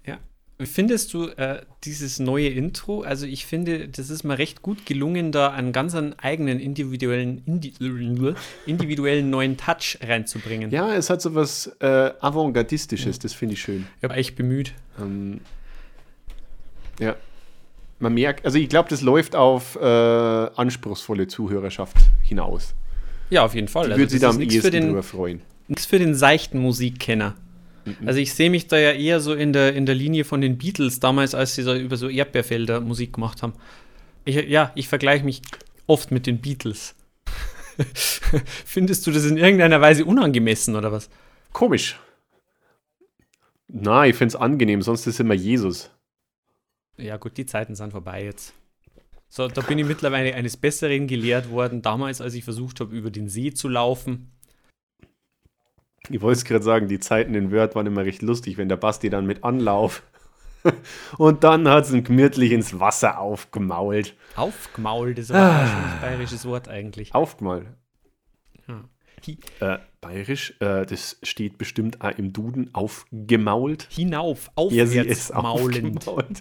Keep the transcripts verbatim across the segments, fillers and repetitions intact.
Ja. Findest du äh, dieses neue Intro, also ich finde, das ist mal recht gut gelungen, da einen ganz einen eigenen individuellen, indi individuellen neuen Touch reinzubringen. Ja, es hat so was äh, Avantgardistisches, Ja. das finde ich schön. Ich habe echt bemüht. Ähm, ja, man merkt, also ich glaube, das läuft auf äh, anspruchsvolle Zuhörerschaft hinaus. Ja, auf jeden Fall. Die Also würde sich das da am ist nichts für ehesten den, drüber freuen. nix für den seichten Musikkenner. Mhm. Also ich sehe mich da ja eher so in der, in der Linie von den Beatles damals, als sie so über so Erdbeerfelder Musik gemacht haben. Ich, ja, ich vergleiche mich oft mit den Beatles. Findest du das in irgendeiner Weise unangemessen oder was? Komisch. Na, ich finde es angenehm, sonst ist immer Jesus. Ja gut, die Zeiten sind vorbei jetzt. So, da bin ich mittlerweile eines Besseren gelehrt worden, damals, als ich versucht habe, über den See zu laufen. Ich wollte es gerade sagen, die Zeiten in Word waren immer recht lustig, wenn der Basti dann mit Anlauf und dann hat es ihn gemütlich ins Wasser aufgemault. Aufgemault ist aber ein schönes bayerisches Wort eigentlich. Aufgemault. Ja. Hi- Äh, bayerisch, äh, das steht bestimmt auch im Duden, aufgemault. Hinauf, Er, sie, aufwärts es maulend. aufgemault.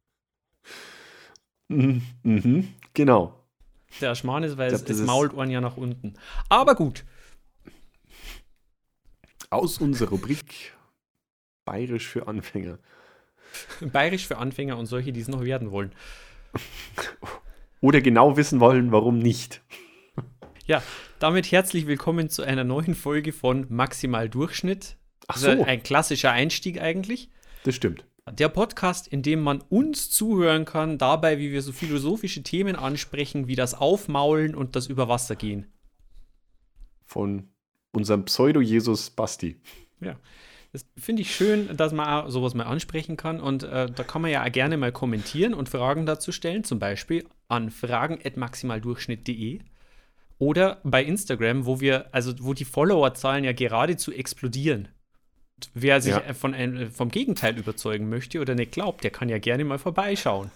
Mhm, mhm, genau. Der Schmarrn ist, weil Ich es, glaub, das es ist- mault einen ja nach unten. Aber gut. Aus unserer Rubrik Bayerisch für Anfänger. Bayerisch für Anfänger und solche, die es noch werden wollen. Oder genau wissen wollen, warum nicht. Ja, damit herzlich willkommen zu einer neuen Folge von Maximal Durchschnitt. Ach Das ist so, ein klassischer Einstieg eigentlich. das stimmt. Der Podcast, in dem man uns zuhören kann, dabei, wie wir so philosophische Themen ansprechen, wie das Aufmaulen und das Überwassergehen. Von unserem Pseudo-Jesus Basti. Ja, das finde ich schön, dass man auch sowas mal ansprechen kann. Und äh, da kann man ja auch gerne mal kommentieren und Fragen dazu stellen, zum Beispiel an fragen at maximaldurchschnitt punkt de oder bei Instagram, wo wir, also wo die Followerzahlen ja geradezu explodieren. Und wer sich Ja. von ein, vom Gegenteil überzeugen möchte oder nicht glaubt, der kann ja gerne mal vorbeischauen.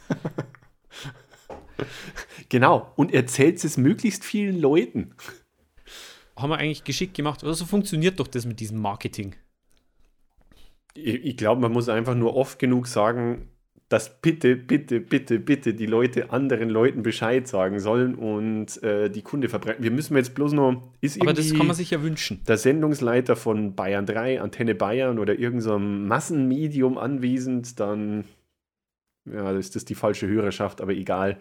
Genau, und erzählt es möglichst vielen Leuten. Haben wir eigentlich geschickt gemacht. Oder so funktioniert doch das mit diesem Marketing. Ich, ich glaube, man muss einfach nur oft genug sagen, dass bitte, bitte, bitte, bitte die Leute anderen Leuten Bescheid sagen sollen und äh, die Kunde verbreiten. Wir müssen jetzt bloß noch, ist Aber irgendwie das kann man sich ja wünschen. der Sendungsleiter von Bayern drei, Antenne Bayern oder irgendeinem so Massenmedium anwesend, dann ja, ist das die falsche Hörerschaft, aber egal.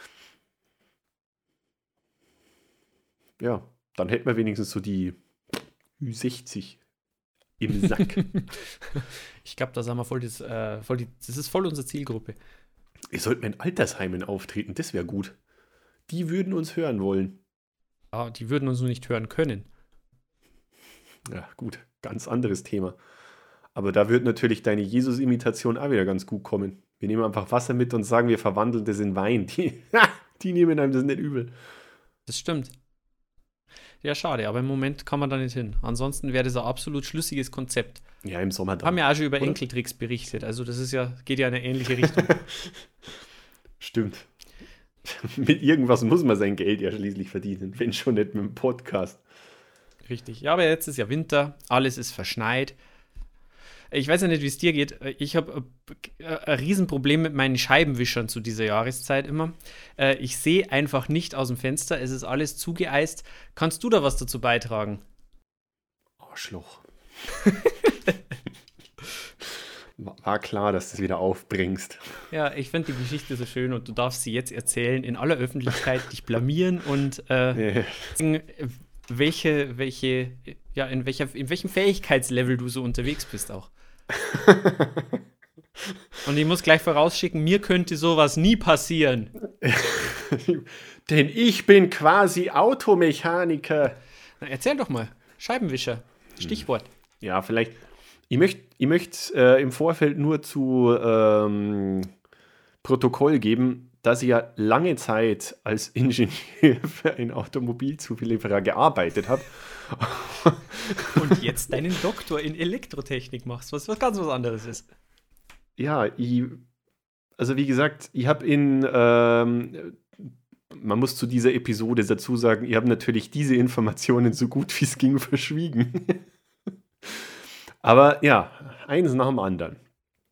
Ja, dann hätten wir wenigstens so die Ü sechzig im Sack. Ich glaube, da sind wir voll das, äh, voll die, das ist voll unsere Zielgruppe. Wir sollten in Altersheimen auftreten, das wäre gut. Die würden uns hören wollen. Ja, die würden uns nur nicht hören können. Ja, gut, ganz anderes Thema. Aber da wird natürlich deine Jesus-Imitation auch wieder ganz gut kommen. Wir nehmen einfach Wasser mit und sagen, wir verwandeln das in Wein. Die, die nehmen einem das nicht übel. Das stimmt. Ja, schade, aber im Moment kann man da nicht hin. Ansonsten wäre das ein absolut schlüssiges Konzept. Ja, im Sommer dann. Haben ja auch schon über oder? Enkeltricks berichtet. Also das ist ja, geht ja in eine ähnliche Richtung. Stimmt. Mit irgendwas muss man sein Geld ja schließlich verdienen, wenn schon nicht mit dem Podcast. Richtig. Ja, aber jetzt ist ja Winter, alles ist verschneit. Ich weiß ja nicht, wie es dir geht. Ich habe äh, ein Riesenproblem mit meinen Scheibenwischern zu dieser Jahreszeit immer. Äh, ich sehe einfach nicht aus dem Fenster, es ist alles zugeeist. Kannst du da was dazu beitragen? Arschloch. War klar, dass du es wieder aufbringst. Ja, ich finde die Geschichte so schön und du darfst sie jetzt erzählen, in aller Öffentlichkeit, dich blamieren und äh, sagen, welche, welche, ja, in welcher, in welchem Fähigkeitslevel du so unterwegs bist auch. Und ich muss gleich vorausschicken, mir könnte sowas nie passieren. Denn ich bin quasi Automechaniker. Na, erzähl doch mal. Scheibenwischer. Stichwort. Ja, vielleicht. Ich möchte ich möcht, äh, im Vorfeld nur zu ähm, Protokoll geben, dass ich ja lange Zeit als Ingenieur für einen Automobilzulieferer gearbeitet habe. Und jetzt deinen Doktor in Elektrotechnik machst, was, was ganz was anderes ist. Ja, ich, also wie gesagt, ich habe in, ähm, man muss zu dieser Episode dazu sagen, ich habe natürlich diese Informationen so gut wie es ging verschwiegen. Aber ja, eins nach dem anderen.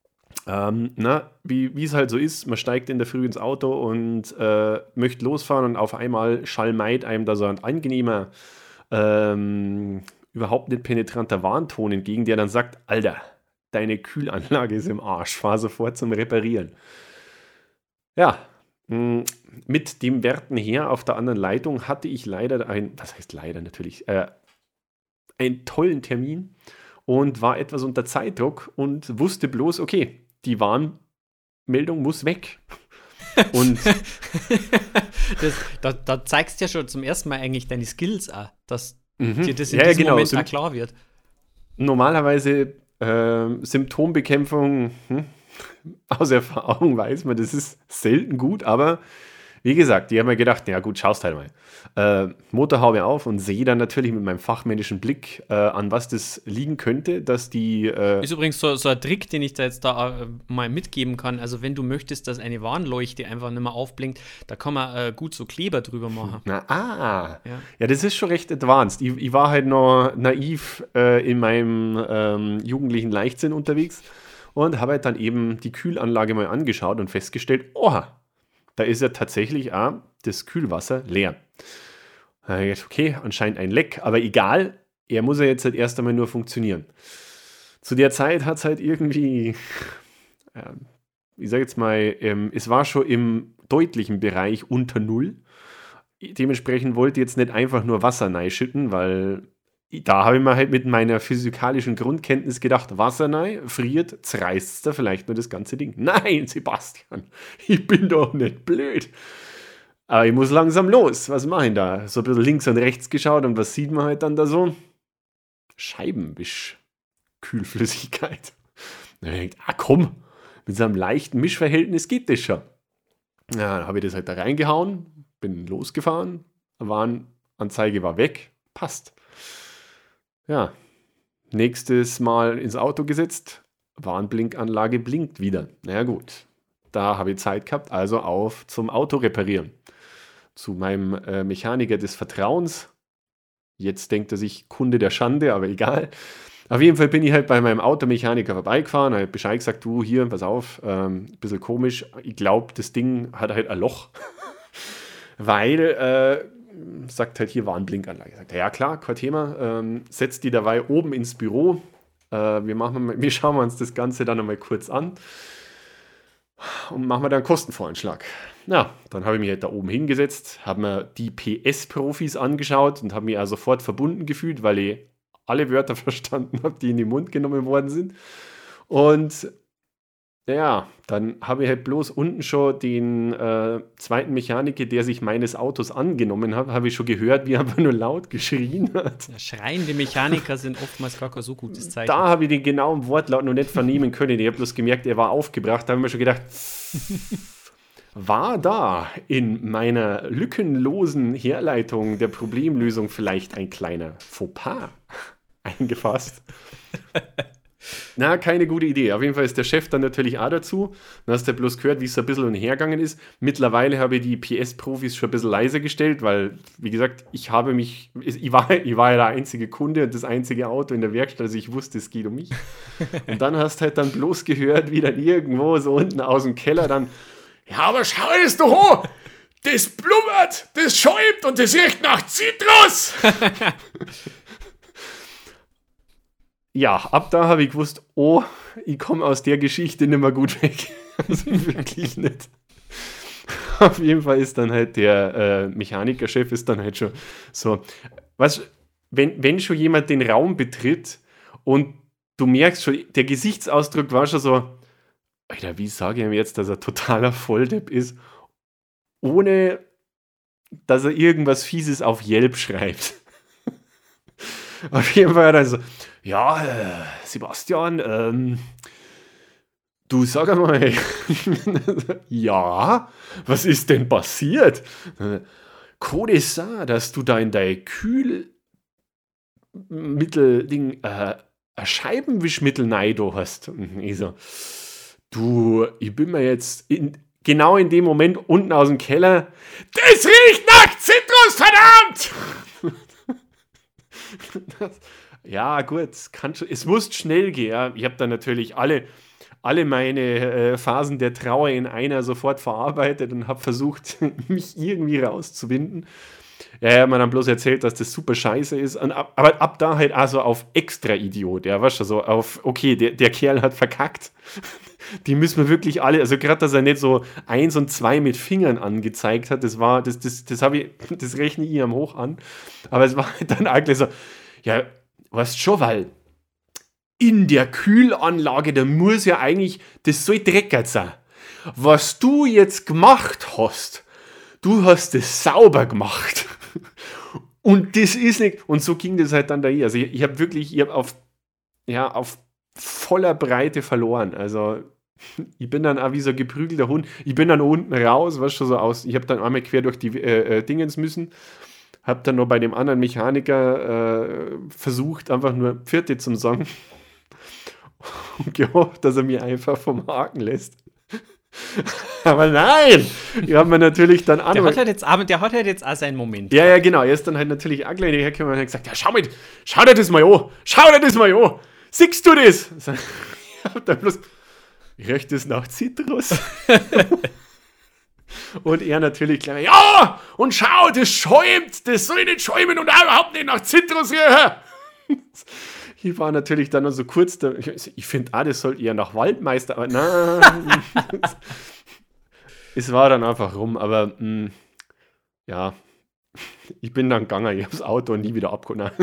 Ähm, na, wie es halt so ist, man steigt in der Früh ins Auto und äh, möchte losfahren und auf einmal schallt einem da so ein angenehmer, ähm, überhaupt nicht penetranter Warnton entgegen, der dann sagt, Alter, deine Kühlanlage ist im Arsch, fahr sofort zum Reparieren. Ja, mh, mit dem werten Herr auf der anderen Leitung hatte ich leider ein, was heißt leider natürlich, äh, einen tollen Termin und war etwas unter Zeitdruck und wusste bloß, okay, die Warnmeldung muss weg. Und das, da, da zeigst du ja schon zum ersten Mal eigentlich deine Skills auch, dass mhm. dir das in ja, diesem genau. Moment Sym- auch klar wird. Normalerweise äh, Symptombekämpfung, hm, aus Erfahrung weiß man, das ist selten gut, aber wie gesagt, die haben mir gedacht, ja gut, schaust halt mal. Äh, Motorhaube auf und sehe dann natürlich mit meinem fachmännischen Blick, äh, an was das liegen könnte, dass die... Äh, Ist übrigens so, so ein Trick, den ich da jetzt da äh, mal mitgeben kann. Also wenn du möchtest, dass eine Warnleuchte einfach nicht mehr aufblinkt, da kann man äh, gut so Kleber drüber machen. na, ah, Ja. ja, das ist schon recht advanced. Ich, ich war halt noch naiv äh, in meinem ähm, jugendlichen Leichtsinn unterwegs und habe halt dann eben die Kühlanlage mal angeschaut und festgestellt, oha, da ist ja tatsächlich auch das Kühlwasser leer. Da habe ich gedacht, okay, anscheinend ein Leck, aber egal, er muss ja jetzt halt erst einmal nur funktionieren. Zu der Zeit hat es halt irgendwie, äh, ich sage jetzt mal, ähm, es war schon im deutlichen Bereich unter Null. Dementsprechend wollte ich jetzt nicht einfach nur Wasser reinschütten, weil da habe ich mir halt mit meiner physikalischen Grundkenntnis gedacht, Wasser rein, friert, zerreißt da vielleicht nur das ganze Ding. Nein, Sebastian, ich bin doch nicht blöd. Aber ich muss langsam los. Was mache ich da? So ein bisschen links und rechts geschaut und was sieht man halt dann da so? Scheibenwisch-Kühlflüssigkeit. Da habe ich gedacht, ah komm, mit so einem leichten Mischverhältnis geht das schon. Ja, dann habe ich das halt da reingehauen, bin losgefahren, Warnanzeige war weg, passt. Ja, nächstes Mal ins Auto gesetzt, Warnblinkanlage blinkt wieder. Naja gut, da habe ich Zeit gehabt, also auf zum Auto reparieren. Zu meinem äh, Mechaniker des Vertrauens. Jetzt denkt er sich Kunde der Schande, aber egal. Auf jeden Fall bin ich halt bei meinem Automechaniker vorbeigefahren, habe Bescheid gesagt, du hier, pass auf, ähm, ein bisschen komisch, ich glaube, das Ding hat halt ein Loch. Weil, äh, sagt halt hier Warnblinkanlage. Sagt er, ja klar, kein Thema, ähm, setzt die dabei oben ins Büro, äh, wir, machen mal, wir schauen uns das Ganze dann nochmal kurz an und machen wir dann einen Kostenvoranschlag. Ja, dann habe ich mich halt da oben hingesetzt, habe mir die P S-Profis angeschaut und habe mich auch sofort verbunden gefühlt, weil ich alle Wörter verstanden habe, die in den Mund genommen worden sind. Und ja, dann habe ich halt bloß unten schon den äh, zweiten Mechaniker, der sich meines Autos angenommen hat, habe ich schon gehört, wie er aber nur laut geschrien hat. Ja, schreiende Mechaniker sind oftmals gar kein so gutes Zeichen. Da habe ich den genauen Wortlaut noch nicht vernehmen können. Ich habe bloß gemerkt, er war aufgebracht. Da habe ich mir schon gedacht, war da in meiner lückenlosen Herleitung der Problemlösung vielleicht ein kleiner Fauxpas eingefasst? Na, keine gute Idee. Auf jeden Fall ist der Chef dann natürlich auch dazu. Dann hast du bloß gehört, wie es so ein bisschen umhergegangen ist. Mittlerweile habe ich die P S-Profis schon ein bisschen leiser gestellt, weil, wie gesagt, ich habe mich, ich war, ich war ja der einzige Kunde und das einzige Auto in der Werkstatt, also ich wusste, es geht um mich. Und dann hast du halt dann bloß gehört, wie dann irgendwo so unten aus dem Keller dann, ja, aber schau es doch hoch! Das blubbert, das schäumt und das riecht nach Zitrus! Ja, ab da habe ich gewusst, oh, ich komme aus der Geschichte nicht mehr gut weg. Also wirklich nicht. Auf jeden Fall ist dann halt der äh, Mechanikerchef ist dann halt schon so, was, wenn, wenn schon jemand den Raum betritt und du merkst schon, der Gesichtsausdruck war schon so, Alter, wie sage ich ihm jetzt, dass er totaler Volldepp ist, ohne dass er irgendwas Fieses auf Yelp schreibt. Auf jeden Fall hat er so, ja, äh, Sebastian, ähm, du sag einmal, ja, was ist denn passiert? Kann es sein, dass du da in dein Kühlmittel-Ding äh, ein Scheibenwischmittel rein hast? Und ich so, du, ich bin mir jetzt in, genau in dem Moment unten aus dem Keller, das riecht nach Zitrus, verdammt! Das, ja, gut, kann schon, es muss schnell gehen. Ja. Ich habe dann natürlich alle, alle meine äh, Phasen der Trauer in einer sofort verarbeitet und habe versucht, mich irgendwie rauszuwinden. Ja, er hat mir dann bloß erzählt, dass das super scheiße ist. Und ab, aber ab da halt also auf Extra-Idiot. Ja, weißt du, so auf, okay, der, der Kerl hat verkackt. Die müssen wir wirklich alle, also gerade, dass er nicht so eins und zwei mit Fingern angezeigt hat, das war, das, das, das habe ich, das rechne ich ihm hoch an. Aber es war halt dann eigentlich so, ja, weißt schon, weil in der Kühlanlage, da muss ja eigentlich, das soll dreckig sein. Was du jetzt gemacht hast, du hast es sauber gemacht. Und das ist nicht, und so ging das halt dann dahin. Also ich, ich habe wirklich, ich habe auf, ja, auf voller Breite verloren. Also ich bin dann auch wie so ein geprügelter Hund. Ich bin dann unten raus, weißt du, so aus, ich habe dann einmal quer durch die äh, äh, Dingens müssen. Habe dann noch bei dem anderen Mechaniker äh, versucht, einfach nur Pfiate zum sagen. Und gehofft, dass er mich einfach vom Haken lässt. Aber nein! Ich habe mir natürlich dann an. Der hat halt jetzt, aber der hat halt jetzt auch seinen Moment. Ja, ja, genau. Er ist dann halt natürlich auch gleich hergekommen und hat gesagt: Ja, schau mal, schau dir das mal an! Schau dir das mal an! Siehst du das? Ich hab dann bloß. Riecht das nach Zitrus? Und er natürlich gleich: Ja! Und schau, das schäumt! Das soll nicht schäumen und auch überhaupt nicht nach Zitrus hier! Ich war natürlich dann noch so kurz da. Ich, ich finde, ah, das soll eher nach Waldmeister, aber nein. Es war dann einfach rum, aber mh, ja, ich bin dann gegangen, ich habe das Auto nie wieder abgeholt.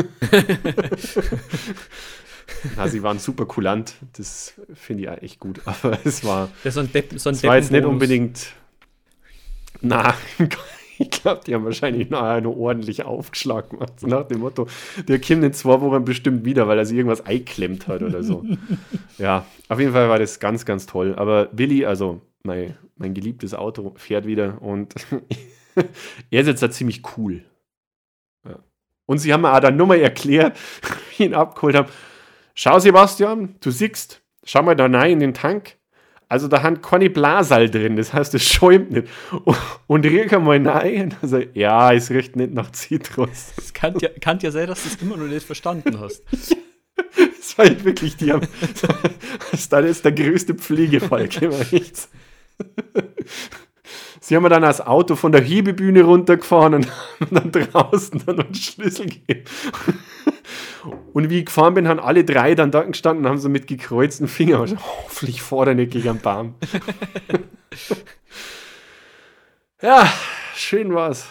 Na, sie waren super kulant, das finde ich auch echt gut, aber es war, das so ein Depp, so ein es war jetzt nicht unbedingt, na, ich glaube, die haben wahrscheinlich noch, noch ordentlich aufgeschlagen gemacht, so nach dem Motto, der kommt in zwei Wochen bestimmt wieder, weil er sich irgendwas eingeklemmt hat oder so. Ja, auf jeden Fall war das ganz, ganz toll, aber Willi, also mein, mein geliebtes Auto, fährt wieder und er ist jetzt da ziemlich cool. Ja. Und sie haben mir auch dann nur mal erklärt, wie ich ihn abgeholt habe: Schau, Sebastian, du siehst, schau mal da rein in den Tank. Also da haben keine Blasal drin, das heißt, es schäumt nicht. Und riech einmal rein. Also, ja, es riecht nicht nach Zitrus. Es kann ja, kann ja sein, dass du es immer noch nicht verstanden hast. Ja, das war halt wirklich, die haben, das ist der größte Pflegefall, echt. Sie haben mir dann das Auto von der Hebebühne runtergefahren und dann draußen dann einen Schlüssel gegeben. Und wie ich gefahren bin, haben alle drei dann da gestanden und haben so mit gekreuzten Fingern, also, hoffentlich fordere nicht gegen einen Baum. Ja, schön war's.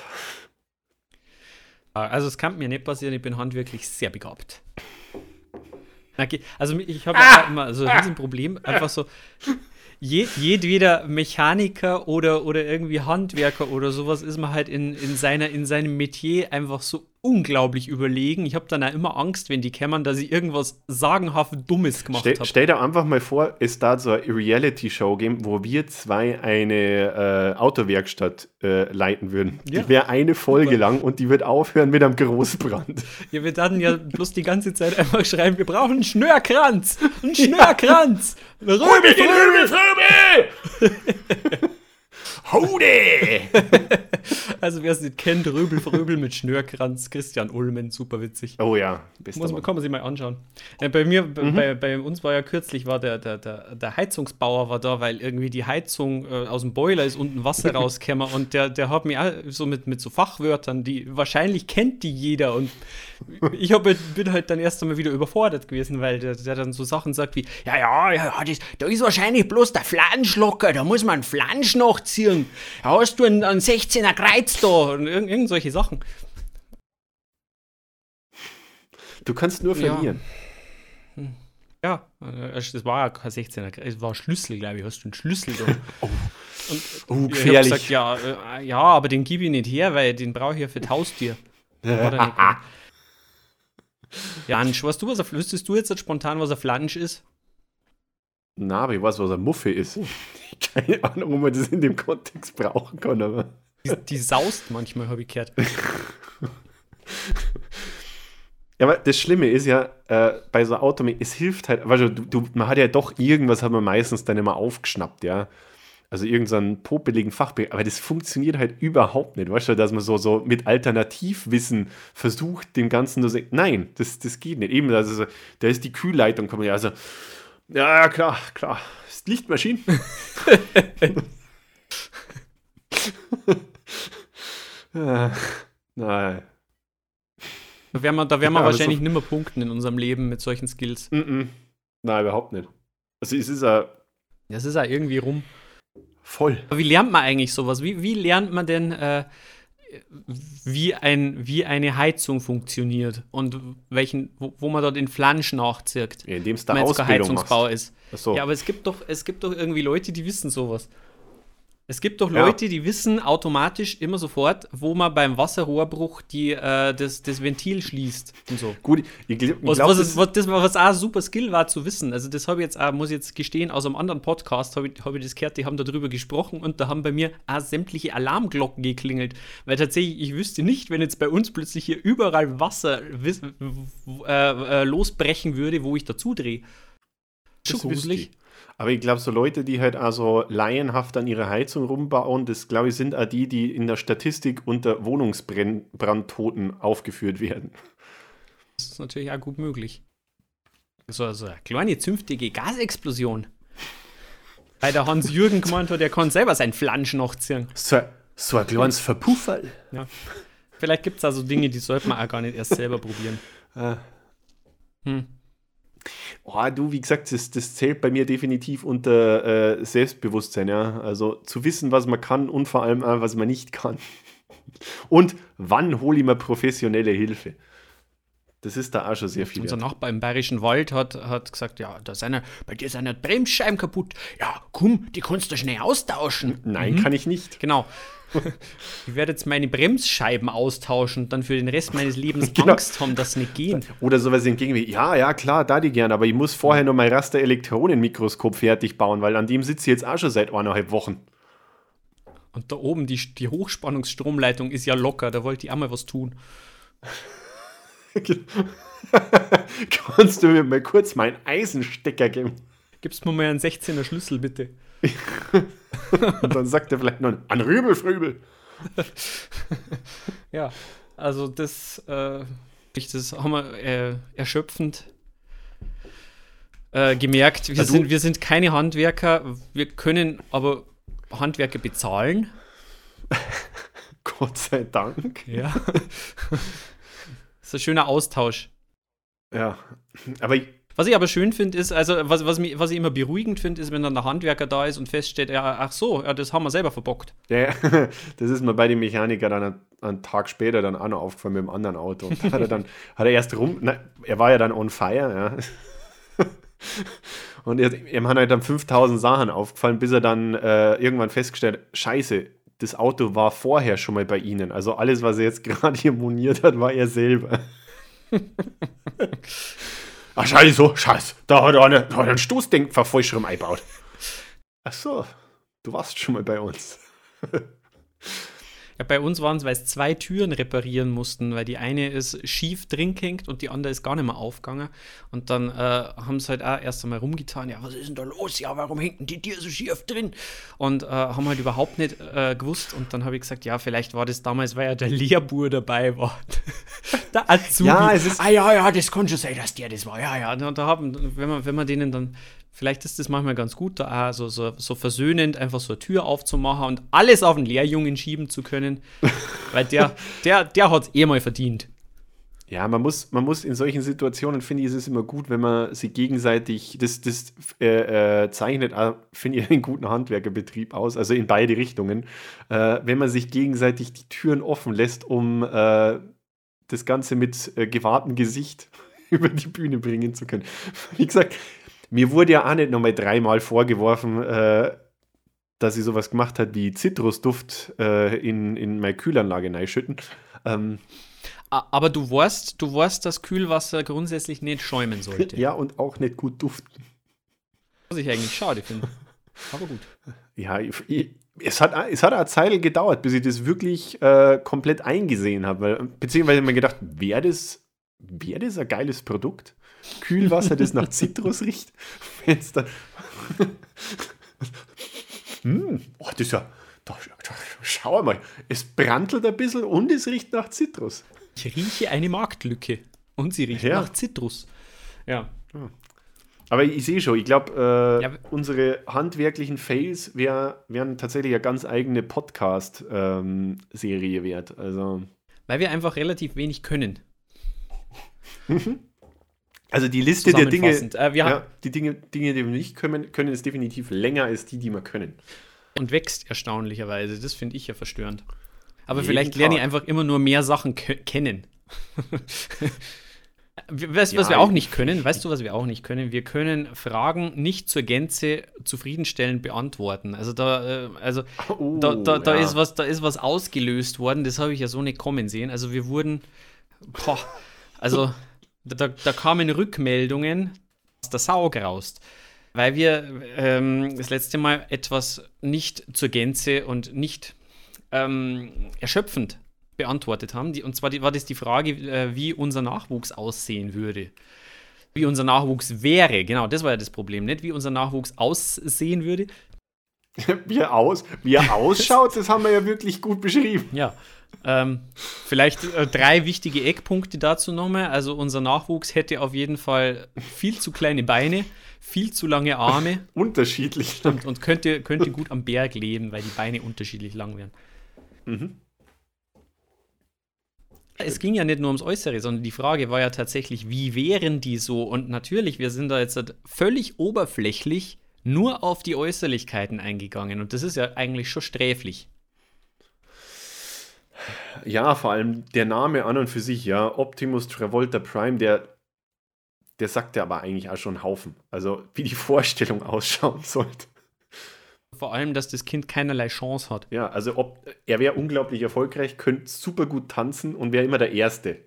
Also es kann mir nicht passieren, ich bin handwerklich sehr begabt. Okay, also ich habe ah! immer so ein Riesenproblem, einfach so, je, jedweder Mechaniker oder, oder irgendwie Handwerker oder sowas ist man halt in, in, seiner, in seinem Metier einfach so unglaublich überlegen. Ich habe dann auch immer Angst, wenn die kämmern, dass ich irgendwas sagenhaft Dummes gemacht Stell, habe. Stell dir einfach mal vor, es da so eine Reality-Show geben, wo wir zwei eine äh, Autowerkstatt äh, leiten würden. Ja. Die wäre eine Folge Super. lang und die wird aufhören mit einem Großbrand. Ja, wir dann ja bloß die ganze Zeit einfach schreiben, wir brauchen einen Schnörkranz! Einen Schnörkranz! Ja. Rübel, Rübel, Rübel! Hode! Also wer es nicht kennt, Röbel Fröbel mit Schnörkranz, Christian Ulmen, super witzig. Oh ja, Muss man, kann man sich mal anschauen. Äh, bei mir, mhm. bei, bei uns war ja kürzlich, war der, der, der, der Heizungsbauer war da, weil irgendwie die Heizung äh, aus dem Boiler ist unten Wasser rausgekommen und der, der hat mich auch so mit, mit so Fachwörtern, die wahrscheinlich kennt die jeder und ich hab, bin halt dann erst einmal wieder überfordert gewesen, weil der, der dann so Sachen sagt wie, ja, ja, ja, das, da ist wahrscheinlich bloß der Flanschlocker, da muss man einen Flansch nachziehen. Da hast du einen, einen sechzehner Kreuz da und irgend, irgend solche Sachen. Du kannst nur verlieren. Ja, ja, das war ja kein sechzehner Kreuz, es war ein Schlüssel, glaube ich, hast du einen Schlüssel da. Oh, und, oh gefährlich. Ich hab gesagt, ja, äh, ja, aber den gebe ich nicht her, weil den brauche ich ja für das Haustier. Jansch, weißt du, was er, wüsstest du jetzt, jetzt spontan, was ein Flansch ist? Na, aber ich weiß, was ein Muffe ist. Keine Ahnung, ob man das in dem Kontext brauchen kann, aber. Die, die saust manchmal, habe ich gehört. Ja, aber das Schlimme ist ja, äh, bei so Auto, es hilft halt, weil du, du, man hat ja doch irgendwas, hat man meistens dann immer aufgeschnappt, ja. Also irgendeinen so popeligen Fachbegriff, aber das funktioniert halt überhaupt nicht, weißt du, dass man so, so mit Alternativwissen versucht, dem Ganzen zu sagen, nein, das, das geht nicht. Eben, also, da ist die Kühlleitung, kann man ja, also, Ja, ja, klar, klar. Das ist Lichtmaschinen. äh, nein. Da werden wir, da werden wir Ja, aber wahrscheinlich so- nimmer punkten in unserem Leben mit solchen Skills. Mm-mm. Nein, überhaupt nicht. Also es ist ja Das ist ja irgendwie rum. voll. Aber wie lernt man eigentlich sowas? Wie, wie lernt man denn, äh, wie, ein, wie eine Heizung funktioniert und welchen, wo, wo man dort den Flansch nachzirkt, Ja, indem es da wenn man jetzt kein Ausbildung Heizungsbau machst. ist. Achso. Ja, aber es gibt doch, es gibt doch irgendwie Leute, die wissen sowas. Es gibt doch Ja. Leute, die wissen automatisch immer sofort, wo man beim Wasserrohrbruch die, äh, das, das Ventil schließt und so. Gut, ich, gl- ich Was, glaube, was, das ist- was, das war was auch ein super Skill war zu wissen. Also das habe ich jetzt auch, muss ich jetzt gestehen, aus einem anderen Podcast habe ich, hab ich das gehört, die haben darüber gesprochen und da haben bei mir auch sämtliche Alarmglocken geklingelt. Weil tatsächlich, ich wüsste nicht, wenn jetzt bei uns plötzlich hier überall Wasser wiss, w- äh, äh, losbrechen würde, wo ich dazu drehe. Schon das wüsste gruselig. ich. Aber ich glaube, so Leute, die halt also laienhaft an ihrer Heizung rumbauen, das glaube ich sind auch die, die in der Statistik unter Wohnungsbrandtoten aufgeführt werden. Das ist natürlich auch gut möglich. So also eine kleine zünftige Gasexplosion. Weil der Hans-Jürgen gemeint hat, der kann selber sein Flansch nachziehen. So, so ein kleines Verpufferl. Ja. Vielleicht gibt es also Dinge, die sollte man auch gar nicht erst selber probieren. Äh, Hm. oh, du, wie gesagt, das, das zählt bei mir definitiv unter äh, Selbstbewusstsein, ja. Also zu wissen, was man kann und vor allem auch, was man nicht kann. Und wann hole ich mir professionelle Hilfe? Das ist da auch schon sehr viel Unser wert. Nachbar im Bayerischen Wald hat, hat gesagt, ja, da sind ja, bei dir sind ja Bremsscheiben kaputt. Ja, komm, die kannst du schnell austauschen. Nein, kann ich nicht. Genau. Ich werde jetzt meine Bremsscheiben austauschen und dann für den Rest meines Lebens Genau. Angst haben, dass es nicht gehen. Oder sowas entgegen wie, ja, ja, klar, da die gern, aber ich muss vorher noch mein Raster-Elektronenmikroskop fertig bauen, weil an dem sitze ich jetzt auch schon seit eineinhalb Wochen. Und da oben, die, die Hochspannungsstromleitung ist ja locker, da wollte ich auch mal was tun. Kannst du mir mal kurz meinen Eisenstecker geben? Gibst mir mal einen sechzehner Schlüssel, bitte. Und dann sagt er vielleicht noch, ein Rübelfrübel. Ja, also das, äh, das haben wir äh, erschöpfend äh, gemerkt. Wir, Ja, du- sind, wir sind keine Handwerker, wir können aber Handwerker bezahlen. Gott sei Dank. Ja. Das ist ein schöner Austausch. Ja, aber ich, Was ich aber schön finde, ist, also was, was, mich, was ich immer beruhigend finde, ist, wenn dann der Handwerker da ist und feststellt, ja, ach so, ja, das haben wir selber verbockt. ja, das ist mir bei dem Mechaniker dann einen, einen Tag später dann auch noch aufgefallen mit dem anderen Auto. Und da hat er dann, hat er erst rum, na, er war ja dann on fire, ja. Und er, ihm haben halt dann fünftausend Sachen aufgefallen, bis er dann äh, irgendwann festgestellt hat, scheiße, das Auto war vorher schon mal bei ihnen. Also alles, was er jetzt gerade hier moniert hat, war er selber. Ach, scheiße, scheiße, da hat er eine, da hat er einen Stoßdämpfer falsch rum eingebaut. Ach so, du warst schon mal bei uns. Ja, bei uns waren es, weil es zwei Türen reparieren mussten, weil die eine ist schief drin gehängt und die andere ist gar nicht mehr aufgegangen. Und dann äh, haben sie halt auch erst einmal rumgetan, ja, was ist denn da los? Ja, warum hängt denn die Tür so schief drin? Und äh, haben halt überhaupt nicht äh, gewusst. Und dann habe ich gesagt, ja, vielleicht war das damals, weil ja der Lehrbuhr dabei war. Der Azubi. Ja, es ist- ah, ja, ja, das kann schon sein, dass der das war. Ja, ja, und da haben, wenn man, wenn man denen dann, vielleicht ist das manchmal ganz gut, da auch so, so, so versöhnend einfach so eine Tür aufzumachen und alles auf den Lehrjungen schieben zu können, weil der, der, der hat es eh mal verdient. Ja, man muss, man muss in solchen Situationen, finde ich, ist es immer gut, wenn man sich gegenseitig, das, das äh, äh, zeichnet, auch, finde ich, einen guten Handwerkerbetrieb aus, also in beide Richtungen, äh, wenn man sich gegenseitig die Türen offen lässt, um äh, das Ganze mit äh, gewahrtem Gesicht über die Bühne bringen zu können. Wie gesagt, mir wurde ja auch nicht nochmal dreimal vorgeworfen, äh, dass ich sowas gemacht habe wie Zitrusduft äh, in, in meine Kühlanlage reinschütten. Ähm, A- Aber du weißt, du weißt, dass Kühlwasser grundsätzlich nicht schäumen sollte. ja, und auch nicht gut duften. Was ich eigentlich schade finde. Aber gut. Ja, ich, ich, es, hat, es hat eine Zeit gedauert, bis ich das wirklich äh, komplett eingesehen habe. Weil, beziehungsweise mir gedacht, wäre das, wär das ein geiles Produkt? Kühlwasser, das nach Zitrus riecht? Wenn's dann hm, oh, das ist ja, da, da, schau mal, es brandelt ein bisschen und es riecht nach Zitrus. Ich rieche eine Marktlücke. Und sie riecht Ja. nach Zitrus. Ja. Aber ich sehe schon, ich glaube, äh, Ja, unsere handwerklichen Fails wär, wären tatsächlich eine ganz eigene Podcast-Serie wert. Also, weil wir einfach relativ wenig können. also die Liste der Dinge, Zusammenfassend. Äh, wir haben, ja, die Dinge, Dinge, die wir nicht können, können, ist definitiv länger als die, die wir können. und wächst erstaunlicherweise. Das finde ich ja verstörend. Aber Jeden vielleicht lerne ich Tag. einfach immer nur mehr Sachen ke- kennen. Weißt du, was Ja, wir auch ich- nicht können? Weißt du, was wir auch nicht können? Wir können Fragen nicht zur Gänze zufriedenstellend beantworten. Also da, äh, also Oh, da, da, da, ja. ist was, da ist was ausgelöst worden, das habe ich ja so nicht kommen sehen. Also wir wurden, boah, also da, da kamen Rückmeldungen, dass der Sau graust. Weil wir ähm, das letzte Mal etwas nicht zur Gänze und nicht ähm, erschöpfend beantwortet haben. Die, und zwar die, war das die Frage, äh, wie unser Nachwuchs aussehen würde. Wie unser Nachwuchs wäre. Genau, das war ja das Problem. Nicht wie unser Nachwuchs aussehen würde. Wie er, aus, wie er ausschaut, das haben wir ja wirklich gut beschrieben. Ja. Ähm, vielleicht äh, drei wichtige Eckpunkte dazu nochmal. Also unser Nachwuchs hätte auf jeden Fall viel zu kleine Beine, viel zu lange Arme Unterschiedlich. und, und könnte, könnte gut am Berg leben, weil die Beine unterschiedlich lang wären. Mhm. Es ging ja nicht nur ums Äußere, sondern die Frage war ja tatsächlich, wie wären die so? Und natürlich, wir sind da jetzt halt völlig oberflächlich nur auf die Äußerlichkeiten eingegangen. Und das ist ja eigentlich schon sträflich. Ja, vor allem der Name an und für sich, ja, Optimus Travolta Prime, der, der sagt ja aber eigentlich auch schon einen Haufen. Also, wie die Vorstellung ausschauen sollte. Vor allem, dass das Kind keinerlei Chance hat. Ja, also ob, er wäre unglaublich erfolgreich, könnte super gut tanzen und wäre immer der Erste.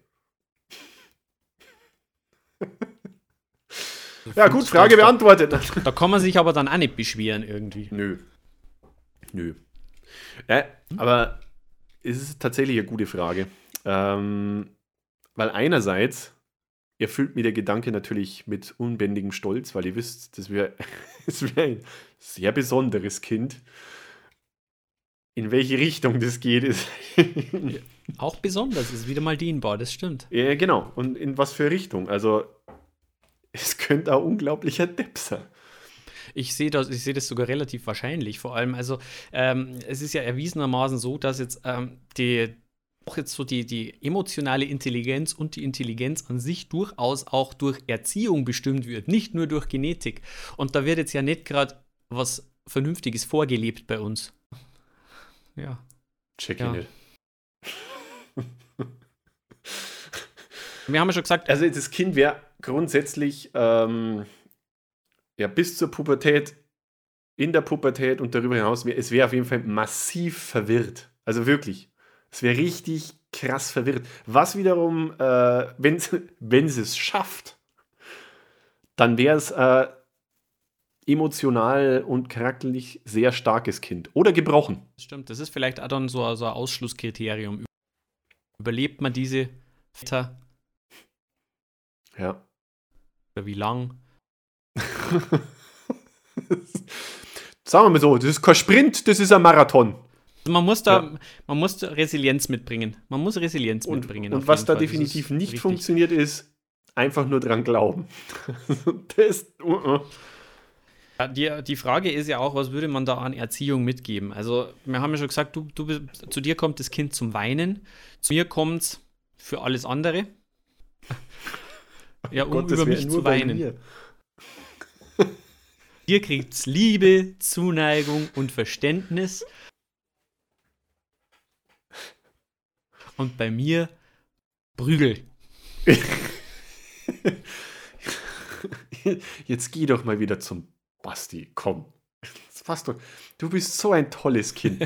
Ja, gut, Frage da, beantwortet. da kann man sich aber dann auch nicht beschweren irgendwie. Nö. Nö. Ja, aber es ist tatsächlich eine gute Frage. Ähm, weil einerseits erfüllt mir der Gedanke natürlich mit unbändigem Stolz, weil ihr wisst, das wäre das wär ein sehr besonderes Kind. In welche Richtung das geht, ist. Auch besonders, ist wieder mal dienbar, das stimmt. Ja, genau. Und in was für Richtung? Also, es könnte auch unglaublicher Depp sein. Ich sehe das, ich sehe das sogar relativ wahrscheinlich. Vor allem, also ähm, es ist ja erwiesenermaßen so, dass jetzt ähm, die auch jetzt so die, die emotionale Intelligenz und die Intelligenz an sich durchaus auch durch Erziehung bestimmt wird, nicht nur durch Genetik. Und da wird jetzt ja nicht gerade was Vernünftiges vorgelebt bei uns. Ja. Check Ja. ich nicht. Wir haben ja schon gesagt, Also, das Kind wäre grundsätzlich ähm, ja, bis zur Pubertät, in der Pubertät und darüber hinaus, wär, es wäre auf jeden Fall massiv verwirrt. Also wirklich. Es wäre richtig krass verwirrt. Was wiederum, äh, wenn es es schafft, dann wäre es äh, emotional und charakterlich sehr starkes Kind. Oder gebrochen. das stimmt, das ist vielleicht auch dann so, so ein Ausschlusskriterium. Überlebt man diese Väter Ja. oder wie lang? Sagen wir mal so, das ist kein Sprint, das ist ein Marathon. Also man muss da, Ja. man muss da Resilienz mitbringen. Man muss Resilienz Und, mitbringen. und auf was jeden da Fall. Das definitiv ist nicht richtig. funktioniert, ist einfach nur dran glauben. das, uh -uh. Ja, die, die Frage ist ja auch, was würde man da an Erziehung mitgeben? Also, wir haben ja schon gesagt, du, du, bist- zu dir kommt das Kind zum Weinen, zu mir kommt es für alles andere. Ja, um Gott, das über wär mich nur zu bei weinen. mir. Dir kriegt es Liebe, Zuneigung und Verständnis. Und bei mir Prügel. Jetzt geh doch mal wieder zum Basti, komm. Das passt doch. Du bist so ein tolles Kind.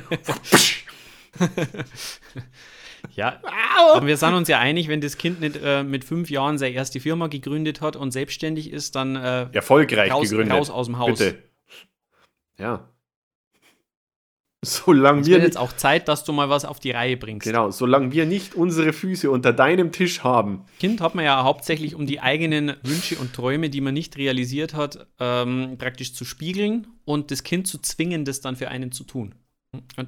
Ja, aber wir sind uns ja einig, wenn das Kind nicht äh, mit fünf Jahren seine erste Firma gegründet hat und selbstständig ist, dann äh, Erfolgreich raus, gegründet. raus aus dem Haus. Bitte. Ja. Solange Es wir wird nicht, jetzt auch Zeit, dass du mal was auf die Reihe bringst. genau, solange wir nicht unsere Füße unter deinem Tisch haben. Kind hat man ja hauptsächlich, um die eigenen Wünsche und Träume, die man nicht realisiert hat, ähm, praktisch zu spiegeln und das Kind zu zwingen, das dann für einen zu tun. Und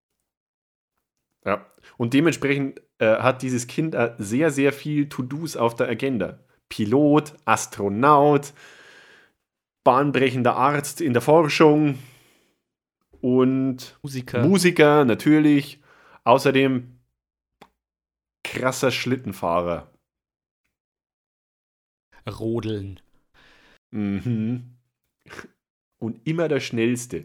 Ja. Und dementsprechend äh, hat dieses Kind äh, sehr, sehr viel To-Dos auf der Agenda. Pilot, Astronaut, bahnbrechender Arzt in der Forschung und Musiker. Musiker natürlich. Außerdem krasser Schlittenfahrer. Rodeln. Mhm. Und immer der Schnellste.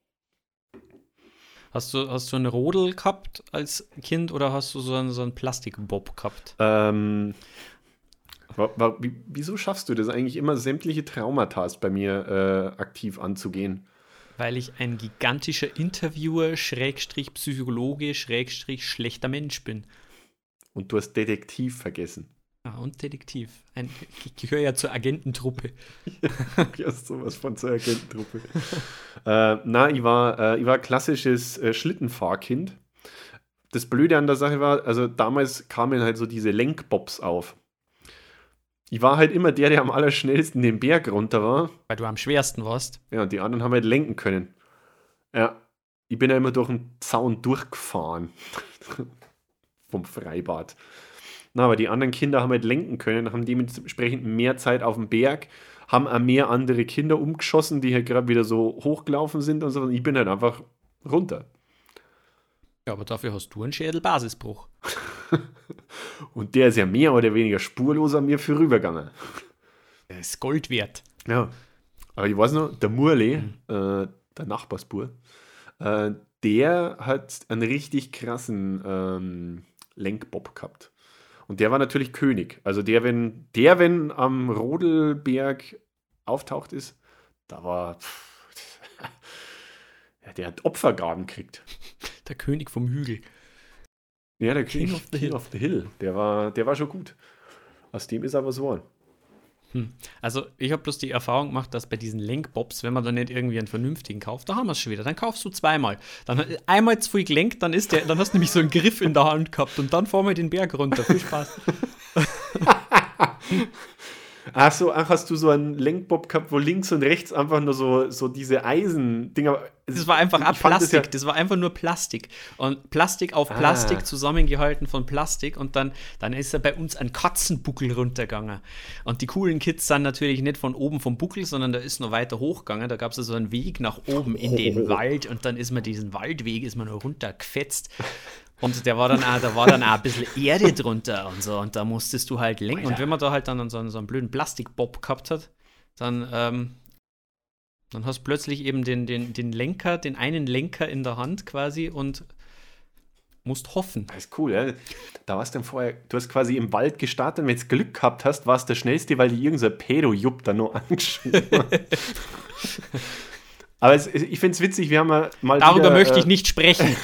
Hast du, hast du einen Rodel gehabt als Kind oder hast du so einen, so einen Plastikbob gehabt? Ähm, wa, wa, wie, wieso schaffst du das eigentlich immer, sämtliche Traumata bei mir äh, aktiv anzugehen? Weil ich ein gigantischer Interviewer, Schrägstrich Psychologe, Schrägstrich schlechter Mensch bin. Und du hast Detektiv vergessen. Ah, und Detektiv. Ein, ich gehöre ja zur Agententruppe. Ja, sowas von zur Agententruppe. äh, na, ich war, äh, ich war klassisches äh, Schlittenfahrkind. Das Blöde an der Sache war, also damals kamen halt so diese Lenkbobs auf. Ich war halt immer der, der am allerschnellsten den Berg runter war. Weil du am schwersten warst. Ja, und die anderen haben halt lenken können. Ja, ich bin ja immer durch den Zaun durchgefahren. Vom Freibad. Na, aber die anderen Kinder haben halt lenken können, haben dementsprechend mehr Zeit auf dem Berg, haben auch mehr andere Kinder umgeschossen, die halt gerade wieder so hochgelaufen sind und so. Und ich bin halt einfach runter. Ja, aber dafür hast du einen Schädelbasisbruch. Und der ist ja mehr oder weniger spurlos an mir vorübergegangen. Der ist Gold wert. Ja. Aber ich weiß noch, der Murli, mhm. äh, der Nachbarsbur, äh, der hat einen richtig krassen ähm, Lenkbob gehabt. Und der war natürlich König. Also der, wenn der, wenn am Rodelberg auftaucht ist, da war pff, ja, der hat Opfergaben gekriegt. Der König vom Hügel. Ja, der King King, of the King Hill. of the Hill. Der war, der war schon gut. Aus dem ist aber was geworden. Hm. Also ich habe bloß die Erfahrung gemacht, dass bei diesen Lenkbobs, wenn man da nicht irgendwie einen vernünftigen kauft, da haben wir es schon wieder. Dann kaufst du zweimal. Dann einmal zu viel gelenkt, dann ist der, dann hast du nämlich so einen Griff in der Hand gehabt und dann fahren wir den Berg runter. Viel Spaß. Ach so, ach, hast du so einen Lenkbob gehabt, wo links und rechts einfach nur so, so diese Eisendinger. Das war einfach ab Plastik, das, ja das war einfach nur Plastik. Und Plastik auf Plastik, ah. zusammengehalten von Plastik. Und dann, dann ist er bei uns ein Katzenbuckel runtergegangen. Und die coolen Kids sind natürlich nicht von oben vom Buckel, sondern da ist noch weiter hochgegangen. Da gab es so einen Weg nach oben in den oh. Wald. Und dann ist man diesen Waldweg, ist man noch runtergefetzt. Und der war dann auch, da war dann auch ein bisschen Erde drunter und so. Und da musstest du halt lenken. Und wenn man da halt dann so einen, so einen blöden Plastikbob gehabt hat, dann, ähm, dann hast du plötzlich eben den, den, den Lenker, den einen Lenker in der Hand quasi und musst hoffen. Das ist cool, ja. Da warst du dann vorher, du hast quasi im Wald gestartet und wenn du Glück gehabt hast, warst du der Schnellste, weil die irgendein Pedo-Jupp da noch angeschoben hat. Aber es, ich finde es witzig, wir haben mal, mal Darüber wieder, möchte äh, ich nicht sprechen.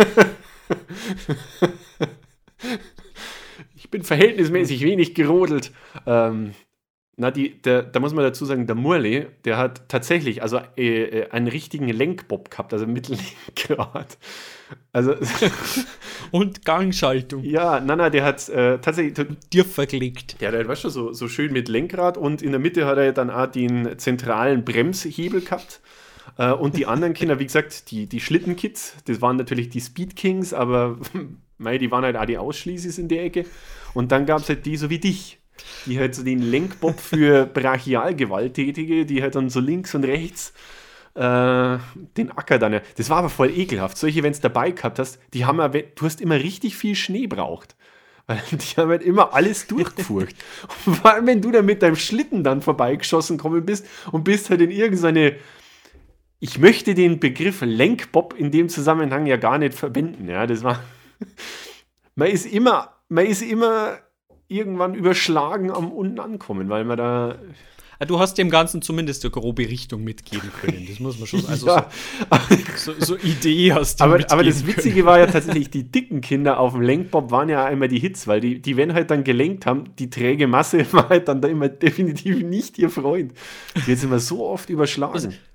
Ich bin verhältnismäßig wenig gerodelt. Ähm, na, die, der, da muss man dazu sagen, der Murli, der hat tatsächlich also äh, einen richtigen Lenkbob gehabt, also Mittellenkgrad. Also und Gangschaltung. Ja, nein, nein, der hat äh, tatsächlich dir verklickt. Ja, der war schon so, so schön mit Lenkrad und in der Mitte hat er dann auch den zentralen Bremshebel gehabt. Uh, und die anderen Kinder, wie gesagt, die, die Schlittenkids, das waren natürlich die Speed Kings, aber mei, die waren halt auch die Ausschließis in der Ecke. Und dann gab es halt die so wie dich, die halt so den Lenkbob für Brachialgewalttätige, die halt dann so links und rechts äh, den Acker dann. Das war aber voll ekelhaft. Solche, wenn du dabei gehabt hast, die haben aber, du hast immer richtig viel Schnee braucht. Weil die haben halt immer alles durchgefurcht. Und vor allem, wenn du dann mit deinem Schlitten dann vorbeigeschossen gekommen bist und bist halt in irgendeine. Ich möchte den Begriff Lenkbob in dem Zusammenhang ja gar nicht verwenden. Ja, das war. Man ist immer, man ist immer irgendwann überschlagen am unten ankommen, weil man da. Du hast dem Ganzen zumindest eine grobe Richtung mitgeben können. Das muss man schon. Also ja. so, so, so Idee hast du aber, mitgeben aber das Witzige können. war ja tatsächlich, die dicken Kinder auf dem Lenkbob waren ja immer die Hits, weil die, die wenn halt dann gelenkt haben, die träge Masse war halt dann da immer definitiv nicht ihr Freund. Die hat immer so oft überschlagen. Also,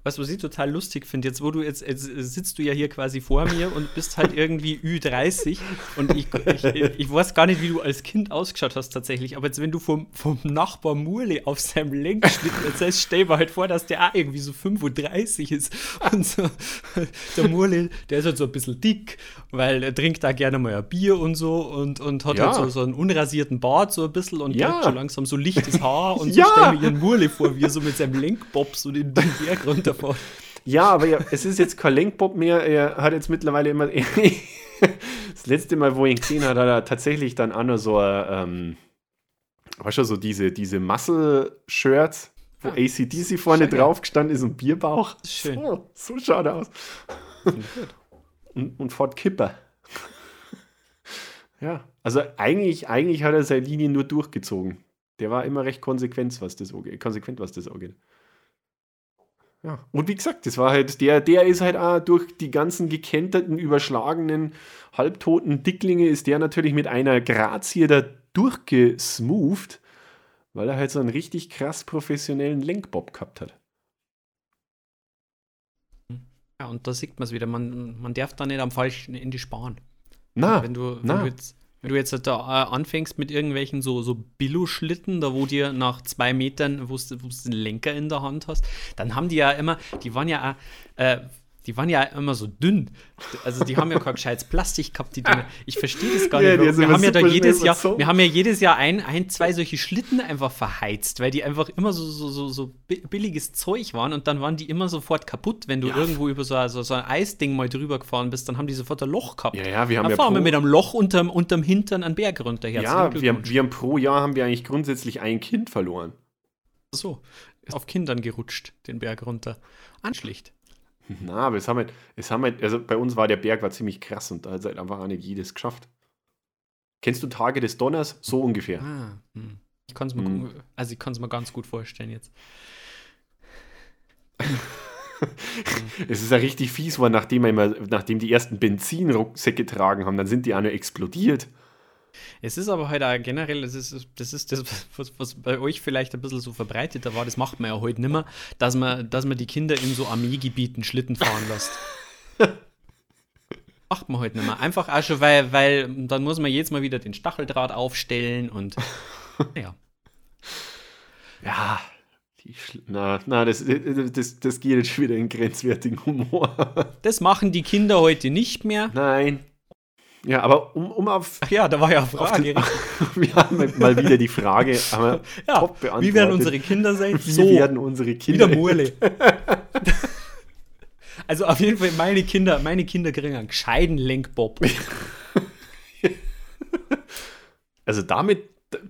weißt du, was ich total lustig finde? Jetzt, wo du jetzt, jetzt sitzt du ja hier quasi vor mir und bist halt irgendwie Ü dreißig und ich, ich, ich weiß gar nicht, wie du als Kind ausgeschaut hast tatsächlich, aber jetzt, wenn du vom, vom Nachbar Murli auf seinem Lenkschlitten erzählst, stell mir halt vor, dass der auch irgendwie so fünfunddreißig ist und so. Der Murli, der ist halt so ein bisschen dick, weil er trinkt da gerne mal ein Bier und so und, und hat Ja. halt so, so einen unrasierten Bart so ein bisschen und Ja. kriegt schon langsam so lichtes Haar und Ja. so stell mir ihren Murli vor, wie er so mit seinem Lenkbob so den, den Berg runterfährt. Ja, aber ja, es ist jetzt kein Lenkbob mehr. Er hat jetzt mittlerweile immer. Das letzte Mal, wo ich ihn gesehen habe, hat er tatsächlich dann auch noch so ein, ähm, weißt du, so diese, diese Muscle-Shirts, wo Ah, A C D C vorne schön, ja. drauf gestanden ist und Bierbauch. Das ist schön. So, so schaut er aus. Und, und Ford Kipper. Ja, also eigentlich, eigentlich hat er seine Linie nur durchgezogen. Der war immer recht konsequent, was das angeht. Konsequent, was das angeht. Ja. Und wie gesagt, das war halt, der, der ist halt auch durch die ganzen gekenterten, überschlagenen, halbtoten Dicklinge ist der natürlich mit einer Grazie da durchgesmoothed, weil er halt so einen richtig krass professionellen Lenkbob gehabt hat. Ja, und da sieht man es wieder. Man, man darf da nicht am falschen Ende sparen. Na, wenn du, wenn na. du jetzt, wenn du jetzt da äh, anfängst mit irgendwelchen so, so Billo-Schlitten, da wo dir nach zwei Metern, wo du den Lenker in der Hand hast, dann haben die ja immer, die waren ja auch, äh, die waren ja immer so dünn. Also die haben ja kein gescheites Plastik gehabt, die Dinger. Ich verstehe das gar Ja, nicht. die Wir, sind wir immer haben ja da super jedes schnell Jahr, verzogen. wir haben ja jedes Jahr ein, ein, zwei solche Schlitten einfach verheizt, weil die einfach immer so, so, so, so bi- billiges Zeug waren und dann waren die immer sofort kaputt, wenn du Ja. irgendwo über so, so, so ein Eisding mal drüber gefahren bist, dann haben die sofort ein Loch gehabt. Ja, ja, wir haben Dann ja fahren wir pro- mit einem Loch unterm, unterm Hintern einen Berg runter. Herzlichen Ja, wir haben, Glückwunsch. wir haben pro Jahr haben wir eigentlich grundsätzlich ein Kind verloren. So, ist auf Kindern gerutscht, den Berg runter. Anschlicht. Na, aber es haben halt, es haben halt, also bei uns war der Berg war ziemlich krass und da hat halt einfach auch nicht jedes geschafft. Kennst du Tage des Donners? So ungefähr. Ah, hm. Ich kann es mir, Hm. gu- also ich kann es mir ganz gut vorstellen jetzt. Es ist ja richtig fies, weil nachdem, wir immer, nachdem die ersten Benzinrucksäcke getragen haben, dann sind die auch nur explodiert. Es ist aber halt auch generell, das ist das, ist das was, was bei euch vielleicht ein bisschen so verbreiteter war, das macht man ja heute nicht mehr, dass man, dass man die Kinder in so Armeegebieten Schlitten fahren lässt. Macht man heute nicht mehr. Einfach auch schon, weil, weil dann muss man jedes Mal wieder den Stacheldraht aufstellen und ja. Ja, die Schl na, na das, das, das geht jetzt schon wieder in grenzwertigen Humor. Das machen die Kinder heute nicht mehr. Nein. Ja, aber um, um auf, Ach ja, da war ja eine auf Frage. den, wir haben mal wieder die Frage, haben wir Ja, top beantwortet. wie werden unsere Kinder sein? Wie So, werden unsere Kinder wieder Murle. Also auf jeden Fall, meine Kinder, meine Kinder kriegen einen gescheiten Lenkbob. Also damit.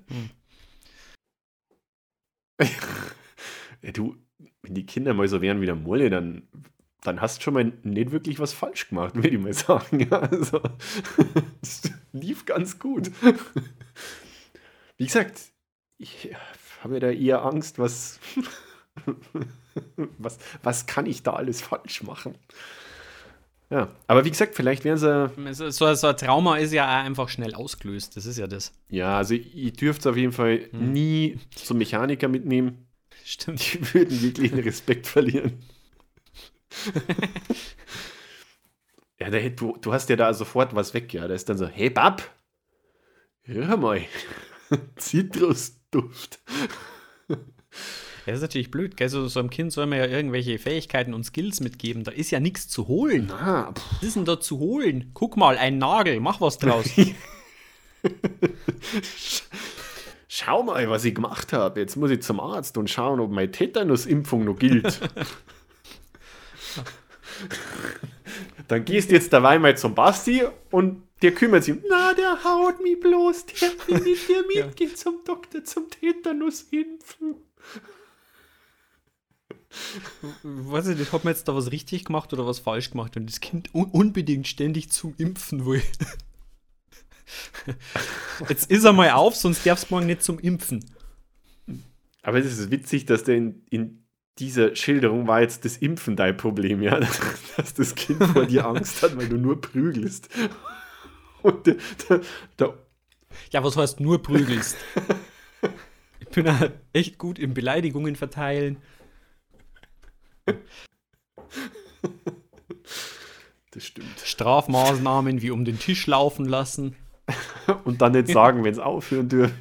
Ja, du, wenn die Kinder mal so wären wie der Molle, dann, dann hast du schon mal nicht wirklich was falsch gemacht, würde ich mal sagen. Ja, also, es lief ganz gut. Wie gesagt, ich habe ja da eher Angst, was, was, was kann ich da alles falsch machen? Ja, aber wie gesagt, vielleicht wären sie. So, so so ein Trauma ist ja auch einfach schnell ausgelöst. Das ist ja das. Ja, also ich dürfte es auf jeden Fall Hm. nie zum Mechaniker mitnehmen. Stimmt. Die würden jeglichen Respekt verlieren. Ja, da, hätt- du, du hast ja da sofort was weg, ja. Da ist dann so, hey Bab, hör mal, Zitrusduft. Das ist natürlich blöd, gell? So, so einem Kind soll man ja irgendwelche Fähigkeiten und Skills mitgeben. Da ist ja nichts zu holen. Na, pff. Was ist denn da zu holen? Guck mal, ein Nagel, mach was draus. Schau mal, was ich gemacht habe. Jetzt muss ich zum Arzt und schauen, ob meine Tetanusimpfung noch gilt. Dann gehst du jetzt dabei mal zum Basti und der kümmert sich. Na, der haut mich bloß. Der will mit dir Ja. mitgehen zum Doktor zum Tetanusimpfen. Weiß ich nicht, hat man jetzt da was richtig gemacht oder was falsch gemacht und das Kind un unbedingt ständig zum Impfen will. Jetzt ist er mal auf, sonst darfst du morgen nicht zum Impfen. Aber es ist witzig, dass der in, in dieser Schilderung war jetzt das Impfen dein Problem, ja. Dass, dass das Kind vor dir Angst hat, weil du nur prügelst. Und der, der, der Ja, was heißt nur prügelst? Ich bin halt echt gut im Beleidigungen verteilen. Das stimmt. Strafmaßnahmen wie um den Tisch laufen lassen. Und dann nicht sagen, wenn es aufhören dürfen.